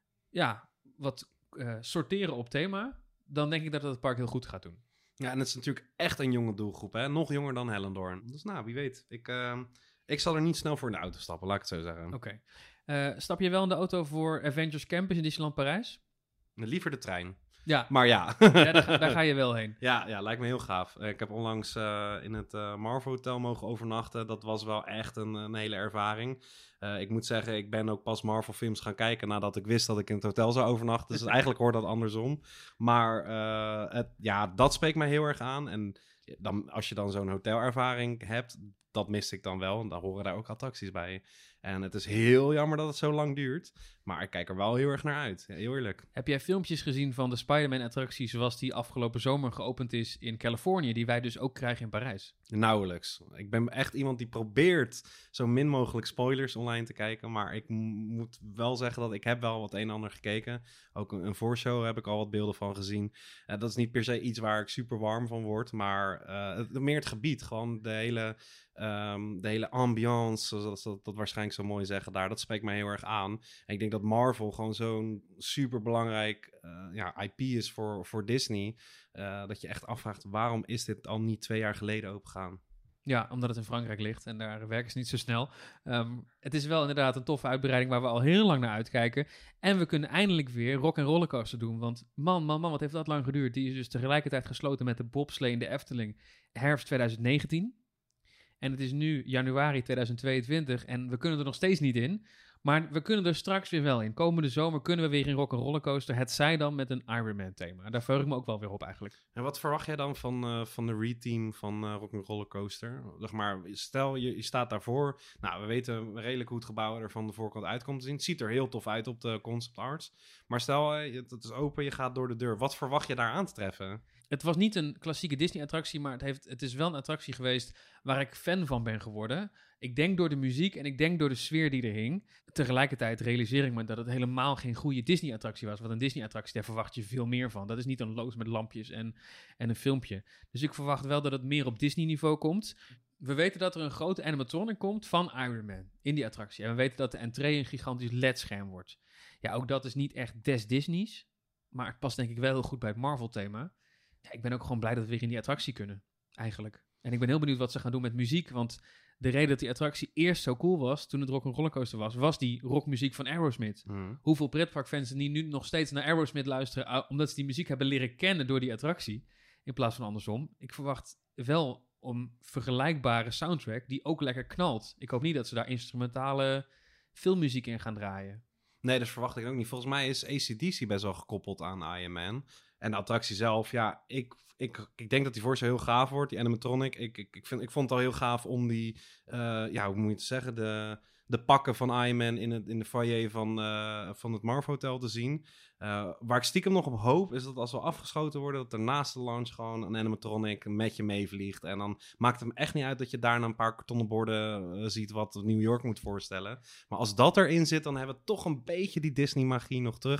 ja, wat uh, sorteren op thema, dan denk ik dat het park heel goed gaat doen. Ja, en het is natuurlijk echt een jonge doelgroep, hè? Nog jonger dan Hellendoorn. Dus nou, wie weet. Ik, uh, ik zal er niet snel voor in de auto stappen, laat ik het zo zeggen. Oké. Okay. Uh, stap je wel in de auto voor Avengers Campus in Disneyland Parijs? Liever de trein. Ja, maar ja. ja daar, daar ga je wel heen. Ja, ja, lijkt me heel gaaf. Ik heb onlangs uh, in het uh, Marvel Hotel mogen overnachten. Dat was wel echt een, een hele ervaring. Uh, ik moet zeggen, ik ben ook pas Marvel films gaan kijken nadat ik wist dat ik in het hotel zou overnachten. Dus eigenlijk hoort dat andersom. Maar uh, het, ja, dat spreekt mij heel erg aan. En dan, als je dan zo'n hotelervaring hebt, dat miste ik dan wel. En dan horen daar ook attracties bij. En het is heel jammer dat het zo lang duurt. Maar ik kijk er wel heel erg naar uit. Ja, heel eerlijk. Heb jij filmpjes gezien van de Spider-Man-attractie zoals die afgelopen zomer geopend is in Californië, die wij dus ook krijgen in Parijs? Nauwelijks. Ik ben echt iemand die probeert zo min mogelijk spoilers online te kijken. Maar ik m- moet wel zeggen dat ik heb wel wat een en ander gekeken. Ook een, een voorshow heb ik al wat beelden van gezien. Uh, dat is niet per se iets waar ik super warm van word. Maar uh, het, meer het gebied. Gewoon de hele... Um, de hele ambiance, zoals dat, dat waarschijnlijk zo mooi zeggen daar, dat spreekt mij heel erg aan. En ik denk dat Marvel gewoon zo'n super belangrijk uh, ja, I P is voor, voor Disney, uh, dat je echt afvraagt, waarom is dit al niet twee jaar geleden opengegaan? Ja, omdat het in Frankrijk ligt en daar werken ze niet zo snel. Um, het is wel inderdaad een toffe uitbreiding waar we al heel lang naar uitkijken. En we kunnen eindelijk weer Rock 'n' Rollercoaster doen. Want man, man, man, wat heeft dat lang geduurd? Die is dus tegelijkertijd gesloten met de bobslee in de Efteling herfst twintig negentien. En het is nu januari tweeduizend tweeëntwintig en we kunnen er nog steeds niet in. Maar we kunnen er straks weer wel in. Komende zomer kunnen we weer in Rock 'n' Rollercoaster. Het zij dan met een Ironman thema. Daar verheug ik me ook wel weer op eigenlijk. En wat verwacht jij dan van, uh, van de reteam van uh, Rock 'n' Rollercoaster? Zeg maar, stel je, je staat daarvoor. Nou, we weten redelijk hoe het gebouw er van de voorkant uitkomt te zien. Het ziet er heel tof uit op de concept arts. Maar stel, uh, het is open, je gaat door de deur. Wat verwacht je daar aan te treffen? Het was niet een klassieke Disney-attractie, maar het, heeft, het is wel een attractie geweest waar ik fan van ben geworden. Ik denk door de muziek en ik denk door de sfeer die er hing. Tegelijkertijd realiseer ik me dat het helemaal geen goede Disney-attractie was. Want een Disney-attractie, daar verwacht je veel meer van. Dat is niet een loods met lampjes en, en een filmpje. Dus ik verwacht wel dat het meer op Disney-niveau komt. We weten dat er een grote animatronic komt van Iron Man in die attractie. En we weten dat de entree een gigantisch L E D-scherm wordt. Ja, ook dat is niet echt des Disney's. Maar het past denk ik wel heel goed bij het Marvel-thema. Ja, ik ben ook gewoon blij dat we weer in die attractie kunnen, eigenlijk. En ik ben heel benieuwd wat ze gaan doen met muziek, want de reden dat die attractie eerst zo cool was, toen het Rock 'n' Rollercoaster was, was die rockmuziek van Aerosmith. Hmm. Hoeveel pretparkfans die nu nog steeds naar Aerosmith luisteren, uh, omdat ze die muziek hebben leren kennen door die attractie, in plaats van andersom. Ik verwacht wel een vergelijkbare soundtrack die ook lekker knalt. Ik hoop niet dat ze daar instrumentale filmmuziek in gaan draaien. Nee, dat verwacht ik ook niet. Volgens mij is A C D C best wel gekoppeld aan Iron Man. En de attractie zelf, ja, ik, ik, ik denk dat die voor zo heel gaaf wordt, die animatronic. Ik, ik, ik, vind, ik vond het al heel gaaf om die, uh, ja, hoe moet je het zeggen, de, de pakken van Iron Man in, het, in de foyer van, uh, van het Marvel Hotel te zien. Uh, waar ik stiekem nog op hoop, is dat als we afgeschoten worden, dat er naast de lounge gewoon een animatronic met je meevliegt. En dan maakt het hem echt niet uit dat je daarna een paar kartonnen borden uh, ziet wat New York moet voorstellen. Maar als dat erin zit, dan hebben we toch een beetje die Disney-magie nog terug.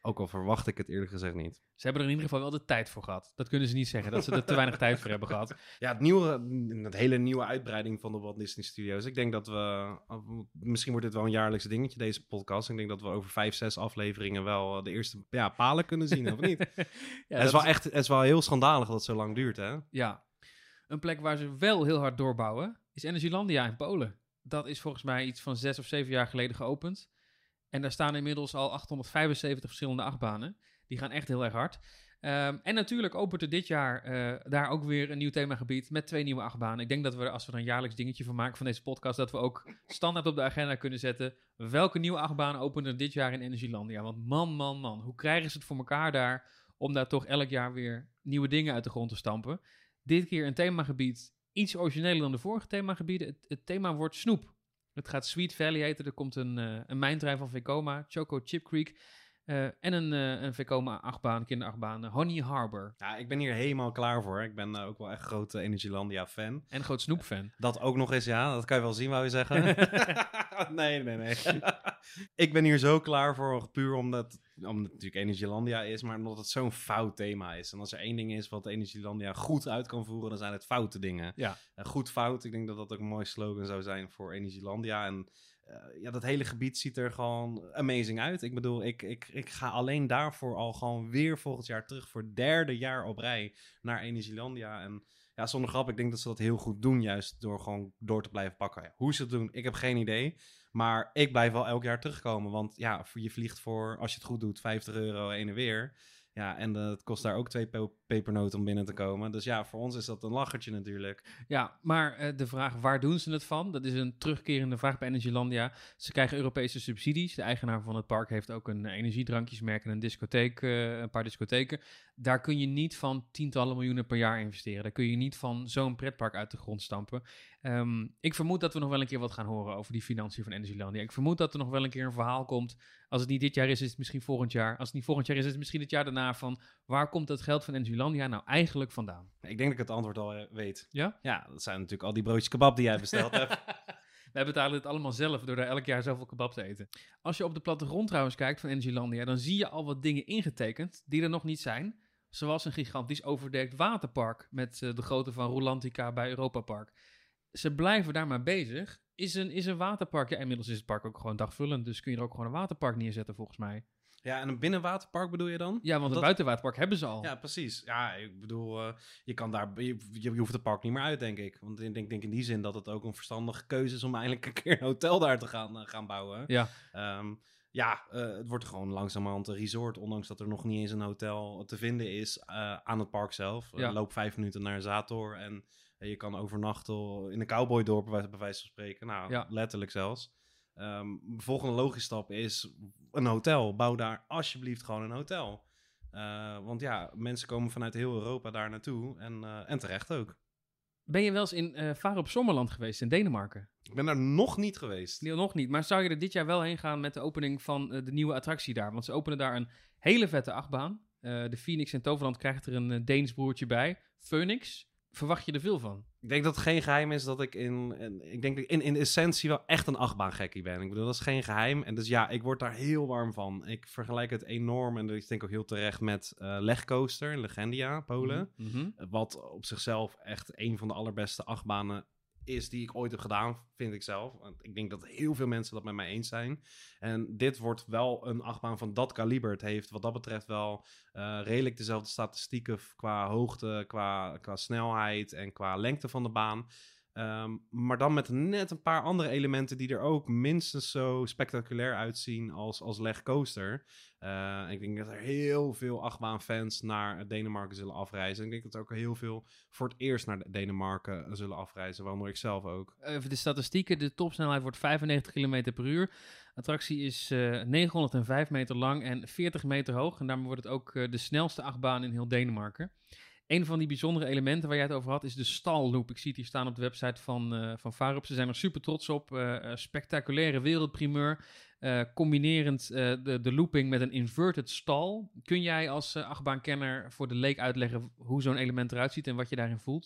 Ook al verwacht ik het eerlijk gezegd niet. Ze hebben er in ieder geval wel de tijd voor gehad. Dat kunnen ze niet zeggen, dat ze er te weinig tijd voor hebben gehad. Ja, het nieuwe, het hele nieuwe uitbreiding van de Walt Disney Studios. Ik denk dat we, misschien wordt dit wel een jaarlijks dingetje, deze podcast. Ik denk dat we over vijf, zes afleveringen wel de eerste ja, palen kunnen zien, of niet? ja, het is wel echt, het is wel heel schandalig dat het zo lang duurt, hè? Ja. Een plek waar ze wel heel hard doorbouwen is Energylandia in Polen. Dat is volgens mij iets van zes of zeven jaar geleden geopend. En daar staan inmiddels al achthonderdvijfenzeventig verschillende achtbanen. Die gaan echt heel erg hard. Um, en natuurlijk opent er dit jaar uh, daar ook weer een nieuw themagebied met twee nieuwe achtbanen. Ik denk dat we, als we er een jaarlijks dingetje van maken van deze podcast, dat we ook standaard op de agenda kunnen zetten. Welke nieuwe achtbanen openen er dit jaar in Energylandia? Want man, man, man, hoe krijgen ze het voor elkaar daar om daar toch elk jaar weer nieuwe dingen uit de grond te stampen? Dit keer een themagebied iets origineler dan de vorige themagebieden. Het, het thema wordt snoep. Het gaat Sweet Valley heten. Er komt een, uh, een mijntrein van Vekoma, Choco Chip Creek. Uh, en een, uh, een Vekoma achtbaan, kinderachtbaan, uh, Honey Harbor. Ja, ik ben hier helemaal klaar voor. Ik ben uh, ook wel echt een grote Energylandia fan. En groot snoepfan. Dat ook nog eens, ja. Dat kan je wel zien, wou je zeggen. nee, nee, nee. ik ben hier zo klaar voor, puur omdat, omdat het natuurlijk Energylandia is, maar omdat het zo'n fout thema is. En als er één ding is wat Energylandia goed uit kan voeren, dan zijn het foute dingen. Ja. Uh, goed fout, ik denk dat dat ook een mooi slogan zou zijn voor Energylandia. En Uh, ja, dat hele gebied ziet er gewoon amazing uit. Ik bedoel, ik, ik, ik ga alleen daarvoor al gewoon weer volgend jaar terug voor het derde jaar op rij naar Energylandia. En ja, zonder grap, ik denk dat ze dat heel goed doen, juist door gewoon door te blijven pakken. Ja, hoe ze het doen, ik heb geen idee. Maar ik blijf wel elk jaar terugkomen. Want ja, je vliegt voor, als je het goed doet, vijftig euro heen en weer. Ja, en uh, het kost daar ook twee pe- pepernoten om binnen te komen. Dus ja, voor ons is dat een lachertje natuurlijk. Ja, maar uh, de vraag, waar doen ze het van? Dat is een terugkerende vraag bij Energylandia. Ze krijgen Europese subsidies. De eigenaar van het park heeft ook een energiedrankjesmerk en een discotheek, uh, een paar discotheken. Daar kun je niet van tientallen miljoenen per jaar investeren. Daar kun je niet van zo'n pretpark uit de grond stampen. Um, ik vermoed dat we nog wel een keer wat gaan horen over die financiën van Energylandia. Ik vermoed dat er nog wel een keer een verhaal komt. Als het niet dit jaar is, is het misschien volgend jaar. Als het niet volgend jaar is, is het misschien het jaar daarna. Van waar komt het geld van Energylandia nou eigenlijk vandaan? Ik denk dat ik het antwoord al uh, weet. Ja? Ja, dat zijn natuurlijk al die broodjes kebab die jij besteld hebt. We betalen het allemaal zelf door daar elk jaar zoveel kebab te eten. Als je op de plattegrond trouwens kijkt van Energylandia, dan zie je al wat dingen ingetekend die er nog niet zijn. Zoals een gigantisch overdekt waterpark met uh, de grootte van Rolantica bij Europa Park. Ze blijven daar maar bezig. Is een, is een waterpark, ja, inmiddels is het park ook gewoon dagvullend, dus kun je er ook gewoon een waterpark neerzetten volgens mij. Ja, en een binnenwaterpark bedoel je dan? Ja, want dat... een buitenwaterpark hebben ze al. Ja, precies. Ja, ik bedoel, uh, je kan daar, je, je hoeft het park niet meer uit, denk ik. Want ik denk, denk in die zin dat het ook een verstandige keuze is om eindelijk een keer een hotel daar te gaan, uh, gaan bouwen. Ja. Um, ja, uh, het wordt gewoon langzamerhand een resort, ondanks dat er nog niet eens een hotel te vinden is uh, aan het park zelf. Ja. Uh, loop vijf minuten naar Zator en uh, je kan overnachten in een cowboydorp, bij, bij wijze van spreken. Nou, ja. letterlijk zelfs. Um, de volgende logische stap is een hotel. Bouw daar alsjeblieft gewoon een hotel. Uh, want ja, mensen komen vanuit heel Europa daar naartoe. En, uh, en terecht ook. Ben je wel eens in uh, Varen op Sommerland geweest in Denemarken? Ik ben daar nog niet geweest. Nee, nog niet. Maar zou je er dit jaar wel heen gaan met de opening van uh, de nieuwe attractie daar? Want ze openen daar een hele vette achtbaan. Uh, de Phoenix in Toverland krijgt er een uh, Deens broertje bij. Phoenix. Verwacht je er veel van? Ik denk dat het geen geheim is dat ik in, in ik denk in, in essentie wel echt een achtbaangekkie ben. Ik bedoel, dat is geen geheim. En dus ja, ik word daar heel warm van. Ik vergelijk het enorm, en ik denk ook heel terecht, met uh, Legcoaster in Legendia, Polen. Mm-hmm. Wat op zichzelf echt een van de allerbeste achtbanen is die ik ooit heb gedaan, vind ik zelf. Want ik denk dat heel veel mensen dat met mij eens zijn. En dit wordt wel een achtbaan van dat kaliber. Het heeft wat dat betreft wel uh, redelijk dezelfde statistieken qua hoogte, qua, qua snelheid en qua lengte van de baan. Um, maar dan met net een paar andere elementen die er ook minstens zo spectaculair uitzien als, als Legcoaster. Uh, ik denk dat er heel veel achtbaanfans naar Denemarken zullen afreizen. Ik denk dat er ook heel veel voor het eerst naar Denemarken zullen afreizen, waaronder ik zelf ook. Even de statistieken. De topsnelheid wordt vijfennegentig kilometer per uur. De attractie is uh, negenhonderdvijf meter lang en veertig meter hoog. En daarmee wordt het ook uh, de snelste achtbaan in heel Denemarken. Een van die bijzondere elementen waar jij het over had is de stalloop. Ik zie het hier staan op de website van, uh, van Varup. Ze zijn er super trots op. Uh, uh, spectaculaire wereldprimeur. Uh, combinerend uh, de, de looping met een inverted stal. Kun jij als uh, achtbaankenner voor de leek uitleggen hoe zo'n element eruit ziet en wat je daarin voelt?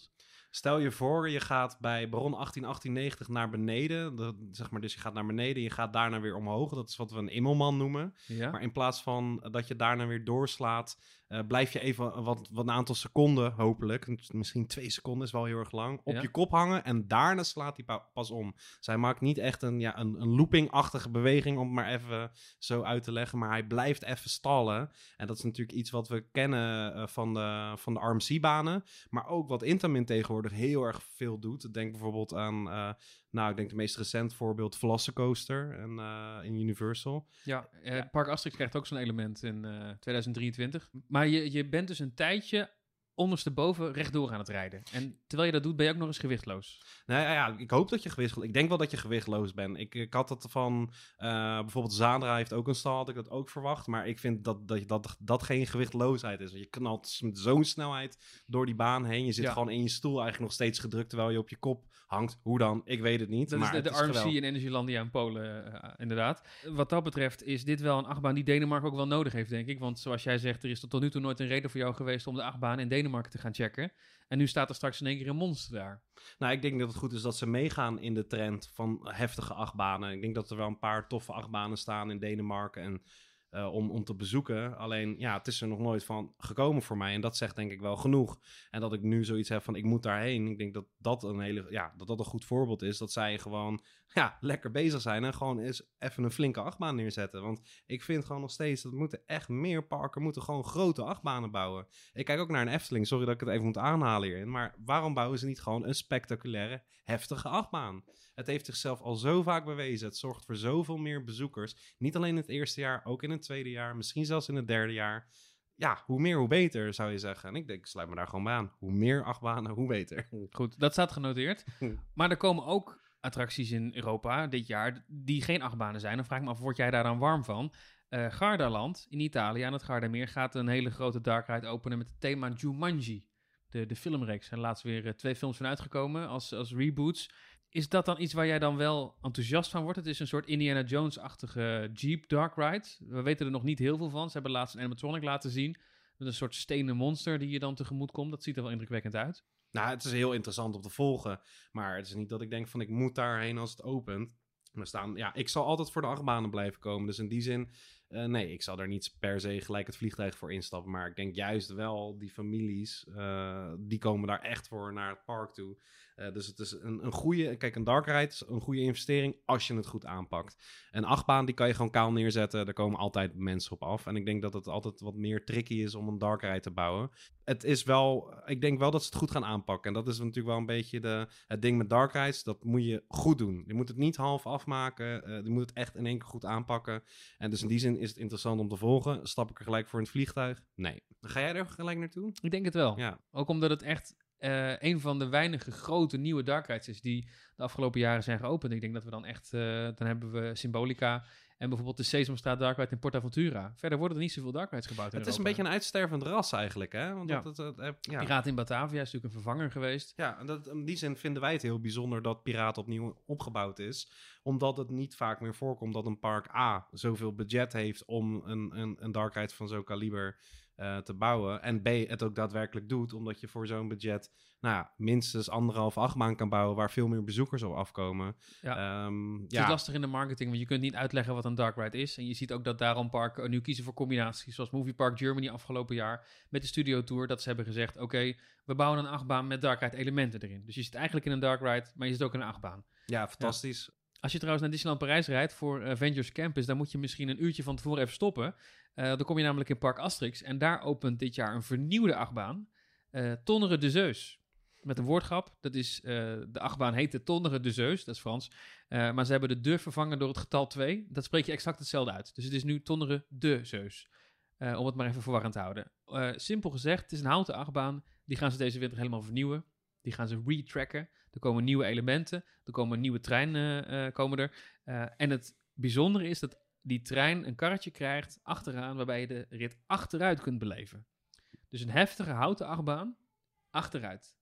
Stel je voor, je gaat bij Baron achttien achttiennegentig naar beneden. Dat, zeg maar, dus je gaat naar beneden, je gaat daarna weer omhoog. Dat is wat we een immelman noemen. Ja. Maar in plaats van dat je daarna weer doorslaat, uh, blijf je even wat, wat een aantal seconden, hopelijk, misschien twee seconden is wel heel erg lang, op Ja. je kop hangen en daarna slaat hij pa- pas om. Zij maakt niet echt een, ja, een, een looping-achtige beweging, om het maar even zo uit te leggen, maar hij blijft even stallen. En dat is natuurlijk iets wat we kennen uh, van de, van de R M C-banen, maar ook wat Intamin tegenwoordig heel erg veel doet. Denk bijvoorbeeld aan, uh, nou, ik denk de meest recent voorbeeld, Velocicoaster en, uh, in Universal. Ja, uh, Park Asterix krijgt ook zo'n element in uh, tweeduizend drieëntwintig. Maar je, je bent dus een tijdje ondersteboven rechtdoor aan het rijden. En terwijl je dat doet, ben je ook nog eens gewichtloos. Nou ja, ja, ik hoop dat je gewichtloos... Ik denk wel dat je gewichtloos bent. Ik, ik had het van... Uh, bijvoorbeeld Zadra heeft ook een stal, had ik dat ook verwacht. Maar ik vind dat dat, dat, dat geen gewichtloosheid is. Want je knalt met zo'n snelheid door die baan heen. Je zit Ja. gewoon in je stoel eigenlijk nog steeds gedrukt, terwijl je op je kop hangt. Hoe dan? Ik weet het niet. Dat maar is de, de het R M C geweldig. in Energylandia in Polen, uh, inderdaad. Wat dat betreft is dit wel een achtbaan die Denemarken ook wel nodig heeft, denk ik. Want zoals jij zegt, er is tot nu toe nooit een reden voor jou geweest om de achtbaan in Denemarken te gaan checken. En nu staat er straks in één keer een monster daar. Nou, ik denk dat het goed is dat ze meegaan in de trend van heftige achtbanen. Ik denk dat er wel een paar toffe achtbanen staan in Denemarken en uh, om, om te bezoeken. Alleen, ja, het is er nog nooit van gekomen voor mij. En dat zegt denk ik wel genoeg. En dat ik nu zoiets heb van, ik moet daarheen. Ik denk dat dat een hele, ja, dat dat een goed voorbeeld is. Dat zij gewoon, ja, lekker bezig zijn en gewoon eens even een flinke achtbaan neerzetten. Want ik vind gewoon nog steeds, dat moeten echt meer parken, moeten gewoon grote achtbanen bouwen. Ik kijk ook naar een Efteling, sorry dat ik het even moet aanhalen hierin. Maar waarom bouwen ze niet gewoon een spectaculaire, heftige achtbaan? Het heeft zichzelf al zo vaak bewezen. Het zorgt voor zoveel meer bezoekers. Niet alleen in het eerste jaar, ook in het tweede jaar. Misschien zelfs in het derde jaar. Ja, hoe meer, hoe beter, zou je zeggen. En ik denk, ik sluit me daar gewoon bij aan. Hoe meer achtbanen, hoe beter. Goed, dat staat genoteerd. Maar er komen ook attracties in Europa dit jaar die geen achtbanen zijn. Dan vraag ik me af, word jij daar dan warm van? Uh, Gardaland in Italië, aan het Gardameer, gaat een hele grote dark ride openen met het thema Jumanji. De, de filmreeks. Er zijn laatst weer uh, twee films van uitgekomen als, als reboots. Is dat dan iets waar jij dan wel enthousiast van wordt? Het is een soort Indiana Jones-achtige Jeep Dark Ride. We weten er nog niet heel veel van. Ze hebben laatst een animatronic laten zien. Met een soort stenen monster die je dan tegemoet komt. Dat ziet er wel indrukwekkend uit. Nou, het is heel interessant om te volgen. Maar het is niet dat ik denk van, ik moet daarheen als het opent. We staan, ja, ik zal altijd voor de achtbanen blijven komen. Dus in die zin, uh, nee, ik zal daar niet per se gelijk het vliegtuig voor instappen. Maar ik denk juist wel, die families, uh, die komen daar echt voor naar het park toe. Uh, dus het is een, een goede, kijk, een dark ride is een goede investering als je het goed aanpakt. Een achtbaan, die kan je gewoon kaal neerzetten. Daar komen altijd mensen op af. En ik denk dat het altijd wat meer tricky is om een dark ride te bouwen. Het is wel, ik denk wel dat ze het goed gaan aanpakken. En dat is natuurlijk wel een beetje de, het ding met dark rides. Dat moet je goed doen. Je moet het niet half afmaken. Uh, je moet het echt in één keer goed aanpakken. En dus in die zin is het interessant om te volgen. Stap ik er gelijk voor in het vliegtuig? Nee. Ga jij er gelijk naartoe? Ik denk het wel. Ja. Ook omdat het echt uh, een van de weinige grote nieuwe dark rides is die de afgelopen jaren zijn geopend. Ik denk dat we dan echt, uh, dan hebben we Symbolica en bijvoorbeeld de Sesamstraat Dark Ride in Portaventura. Verder worden er niet zoveel dark rides gebouwd in Het is Europa. een beetje een uitstervend ras eigenlijk, hè? Want ja. dat, dat, dat, ja. Piraten in Batavia is natuurlijk een vervanger geweest. Ja, en dat, in die zin vinden wij het heel bijzonder dat Piraten opnieuw opgebouwd is. Omdat het niet vaak meer voorkomt dat een park A zoveel budget heeft om een, een, een dark ride van zo'n kaliber uh, te bouwen. En B het ook daadwerkelijk doet, omdat je voor zo'n budget nou ja, minstens anderhalf achtbaan kan bouwen waar veel meer bezoekers op afkomen. Ja. Um, het ja. is lastig in de marketing, want je kunt niet uitleggen wat een dark ride is. En je ziet ook dat daarom parken nu kiezen voor combinaties, zoals Movie Park Germany afgelopen jaar met de Studio Tour, dat ze hebben gezegd, oké, okay, we bouwen een achtbaan met dark ride elementen erin. Dus je zit eigenlijk in een dark ride, maar je zit ook in een achtbaan. Ja, fantastisch. Ja. Als je trouwens naar Disneyland Parijs rijdt voor Avengers Campus, dan moet je misschien een uurtje van tevoren even stoppen. Uh, dan kom je namelijk in Park Asterix en daar opent dit jaar een vernieuwde achtbaan. Uh, Tonnere de Zeus. Met een woordgrap. Dat is, uh, de achtbaan heet de Tonnere de Zeus, dat is Frans. Uh, maar ze hebben de de vervangen door het getal twee. Dat spreek je exact hetzelfde uit. Dus het is nu Tonnere de Zeus. Uh, om het maar even verwarrend te houden. Uh, simpel gezegd, het is een houten achtbaan. Die gaan ze deze winter helemaal vernieuwen. Die gaan ze retracken. Er komen nieuwe elementen. Er komen nieuwe treinen uh, komen er. Uh, en het bijzondere is dat die trein een karretje krijgt achteraan, waarbij je de rit achteruit kunt beleven. Dus een heftige houten achtbaan achteruit.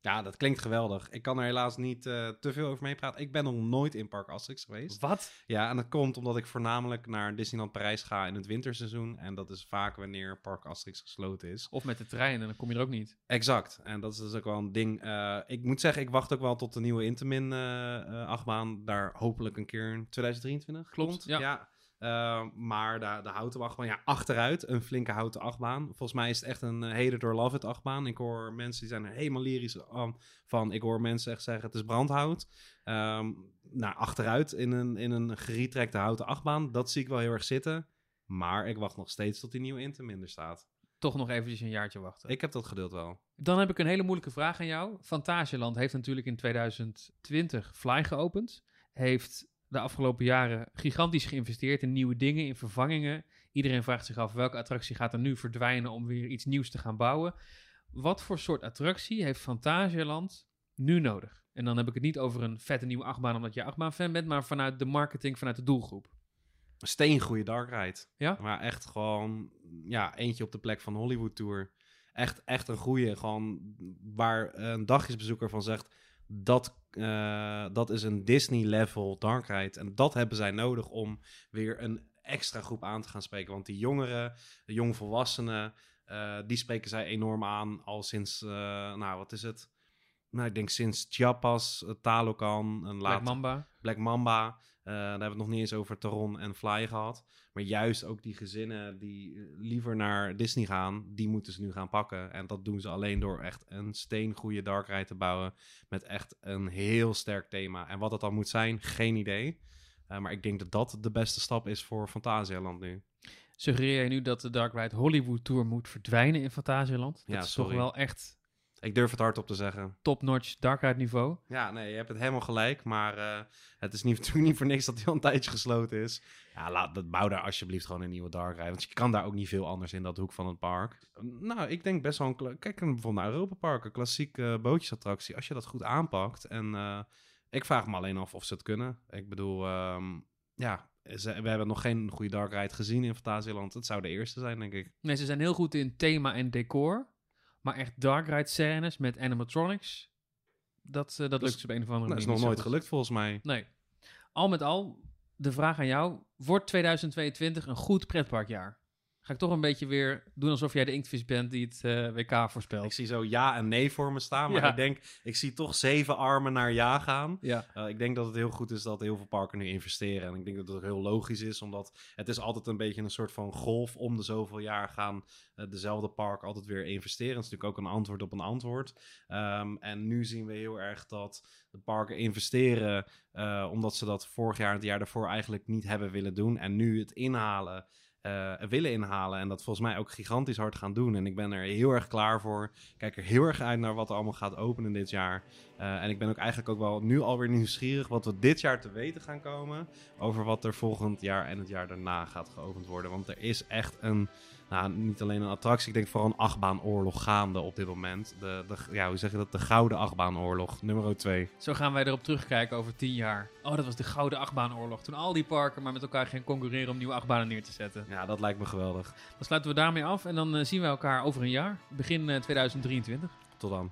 Ja, dat klinkt geweldig. Ik kan er helaas niet uh, te veel over meepraten. Ik ben nog nooit in Park Asterix geweest. Wat? Ja, en dat komt omdat ik voornamelijk naar Disneyland Parijs ga in het winterseizoen. En dat is vaak wanneer Park Asterix gesloten is. Of met de trein en dan kom je er ook niet. Exact. En dat is dus ook wel een ding. Uh, ik moet zeggen, ik wacht ook wel tot de nieuwe Intamin uh, uh, achtbaan daar hopelijk een keer in twintig drieëntwintig Klopt, komt. ja. ja. Uh, maar de, de houten achtbaan, ja, achteruit een flinke houten achtbaan. Volgens mij is het echt een uh, Hate It or Love It achtbaan. Ik hoor mensen die zijn er helemaal lyrisch um, van. Ik hoor mensen echt zeggen, het is brandhout. Um, nou, achteruit in een, in een geretrekte houten achtbaan, dat zie ik wel heel erg zitten. Maar ik wacht nog steeds tot die nieuwe Intamin er staat. Toch nog eventjes een jaartje wachten. Ik heb dat geduld wel. Dan heb ik een hele moeilijke vraag aan jou. Fantasieland heeft natuurlijk in twintig twintig Fly geopend. Heeft de afgelopen jaren gigantisch geïnvesteerd in nieuwe dingen, in vervangingen. Iedereen vraagt zich af welke attractie gaat er nu verdwijnen om weer iets nieuws te gaan bouwen. Wat voor soort attractie heeft Fantasieland nu nodig? En dan heb ik het niet over een vette nieuwe achtbaan omdat je achtbaan-fan bent, maar vanuit de marketing, vanuit de doelgroep. Een steengoeie dark ride. Ja? Maar echt gewoon, ja, eentje op de plek van Hollywood Tour. Echt, echt een goeie, gewoon waar een dagjesbezoeker van zegt, dat, uh, dat is een Disney-level dark ride. En dat hebben zij nodig om weer een extra groep aan te gaan spreken. Want die jongeren, de jongvolwassenen, uh, die spreken zij enorm aan al sinds, uh, nou, wat is het? Nou, ik denk sinds Chiapas, uh, Talocan en later Black Mamba. Black Mamba. Uh, daar hebben we het nog niet eens over Taron en Fly gehad. Maar juist ook die gezinnen die liever naar Disney gaan, die moeten ze nu gaan pakken. En dat doen ze alleen door echt een steengoeie dark ride te bouwen met echt een heel sterk thema. En wat dat dan moet zijn, geen idee. Uh, maar ik denk dat dat de beste stap is voor Fantasieland nu. Suggereer je nu dat de Dark Ride Hollywood Tour moet verdwijnen in Fantasieland? Dat Ja, is sorry. toch wel echt Ik durf het hardop te zeggen. top-notch Dark Ride niveau? Ja, nee, je hebt het helemaal gelijk. Maar uh, het is niet, natuurlijk niet voor niks dat hij al een tijdje gesloten is. Ja, laat, dat, bouw daar alsjeblieft gewoon een nieuwe dark ride. Want je kan daar ook niet veel anders in dat hoek van het park. Nou, ik denk best wel een... Kla- Kijk bijvoorbeeld naar Europa Park, een klassieke uh, bootjesattractie. Als je dat goed aanpakt. En uh, ik vraag me alleen af of ze het kunnen. Ik bedoel, um, ja... Ze, we hebben nog geen goede dark ride gezien in Fantasieland. Het zou de eerste zijn, denk ik. Nee, ze zijn heel goed in thema en decor. Maar echt dark ride scènes met animatronics, dat, uh, dat, dat lukt ze op een of andere manier. Dat is nog nooit gelukt, volgens mij. Nee. Al met al, de vraag aan jou. Wordt twintig tweeëntwintig een goed pretparkjaar? Ga ik toch een beetje weer doen alsof jij de inktvis bent die het uh, W K voorspelt. Ik zie zo ja en nee voor me staan. Maar ja. ik denk, ik zie toch zeven armen naar ja gaan. Ja. Uh, ik denk dat het heel goed is dat heel veel parken nu investeren. En ik denk dat het heel logisch is. Omdat het is altijd een beetje een soort van golf. Om de zoveel jaar gaan uh, dezelfde park altijd weer investeren. Dat is natuurlijk ook een antwoord op een antwoord. Um, en nu zien we heel erg dat de parken investeren. Uh, omdat ze dat vorig jaar en het jaar daarvoor eigenlijk niet hebben willen doen. En nu het inhalen. Uh, willen inhalen en dat volgens mij ook gigantisch hard gaan doen. En ik ben er heel erg klaar voor. Ik kijk er heel erg uit naar wat er allemaal gaat openen dit jaar. Uh, en ik ben ook eigenlijk ook wel nu alweer nieuwsgierig wat we dit jaar te weten gaan komen over wat er volgend jaar en het jaar daarna gaat geopend worden. Want er is echt een, nou, niet alleen een attractie, ik denk vooral een achtbaanoorlog gaande op dit moment. De, de, ja, hoe zeg je dat? De Gouden Achtbaanoorlog, nummer twee. Zo gaan wij erop terugkijken over tien jaar. Oh, dat was de Gouden Achtbaanoorlog. Toen al die parken maar met elkaar gingen concurreren om nieuwe achtbanen neer te zetten. Ja, dat lijkt me geweldig. Dan sluiten we daarmee af en dan uh, zien we elkaar over een jaar. Begin uh, twintig drieëntwintig. Tot dan.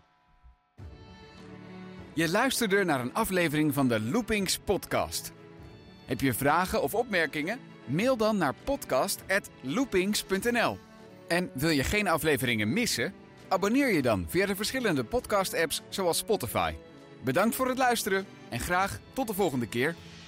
Je luisterde naar een aflevering van de Loopings podcast. Heb je vragen of opmerkingen? Mail dan naar podcast at loopings punt n l. En wil je geen afleveringen missen? Abonneer je dan via de verschillende podcast-apps zoals Spotify. Bedankt voor het luisteren en graag tot de volgende keer.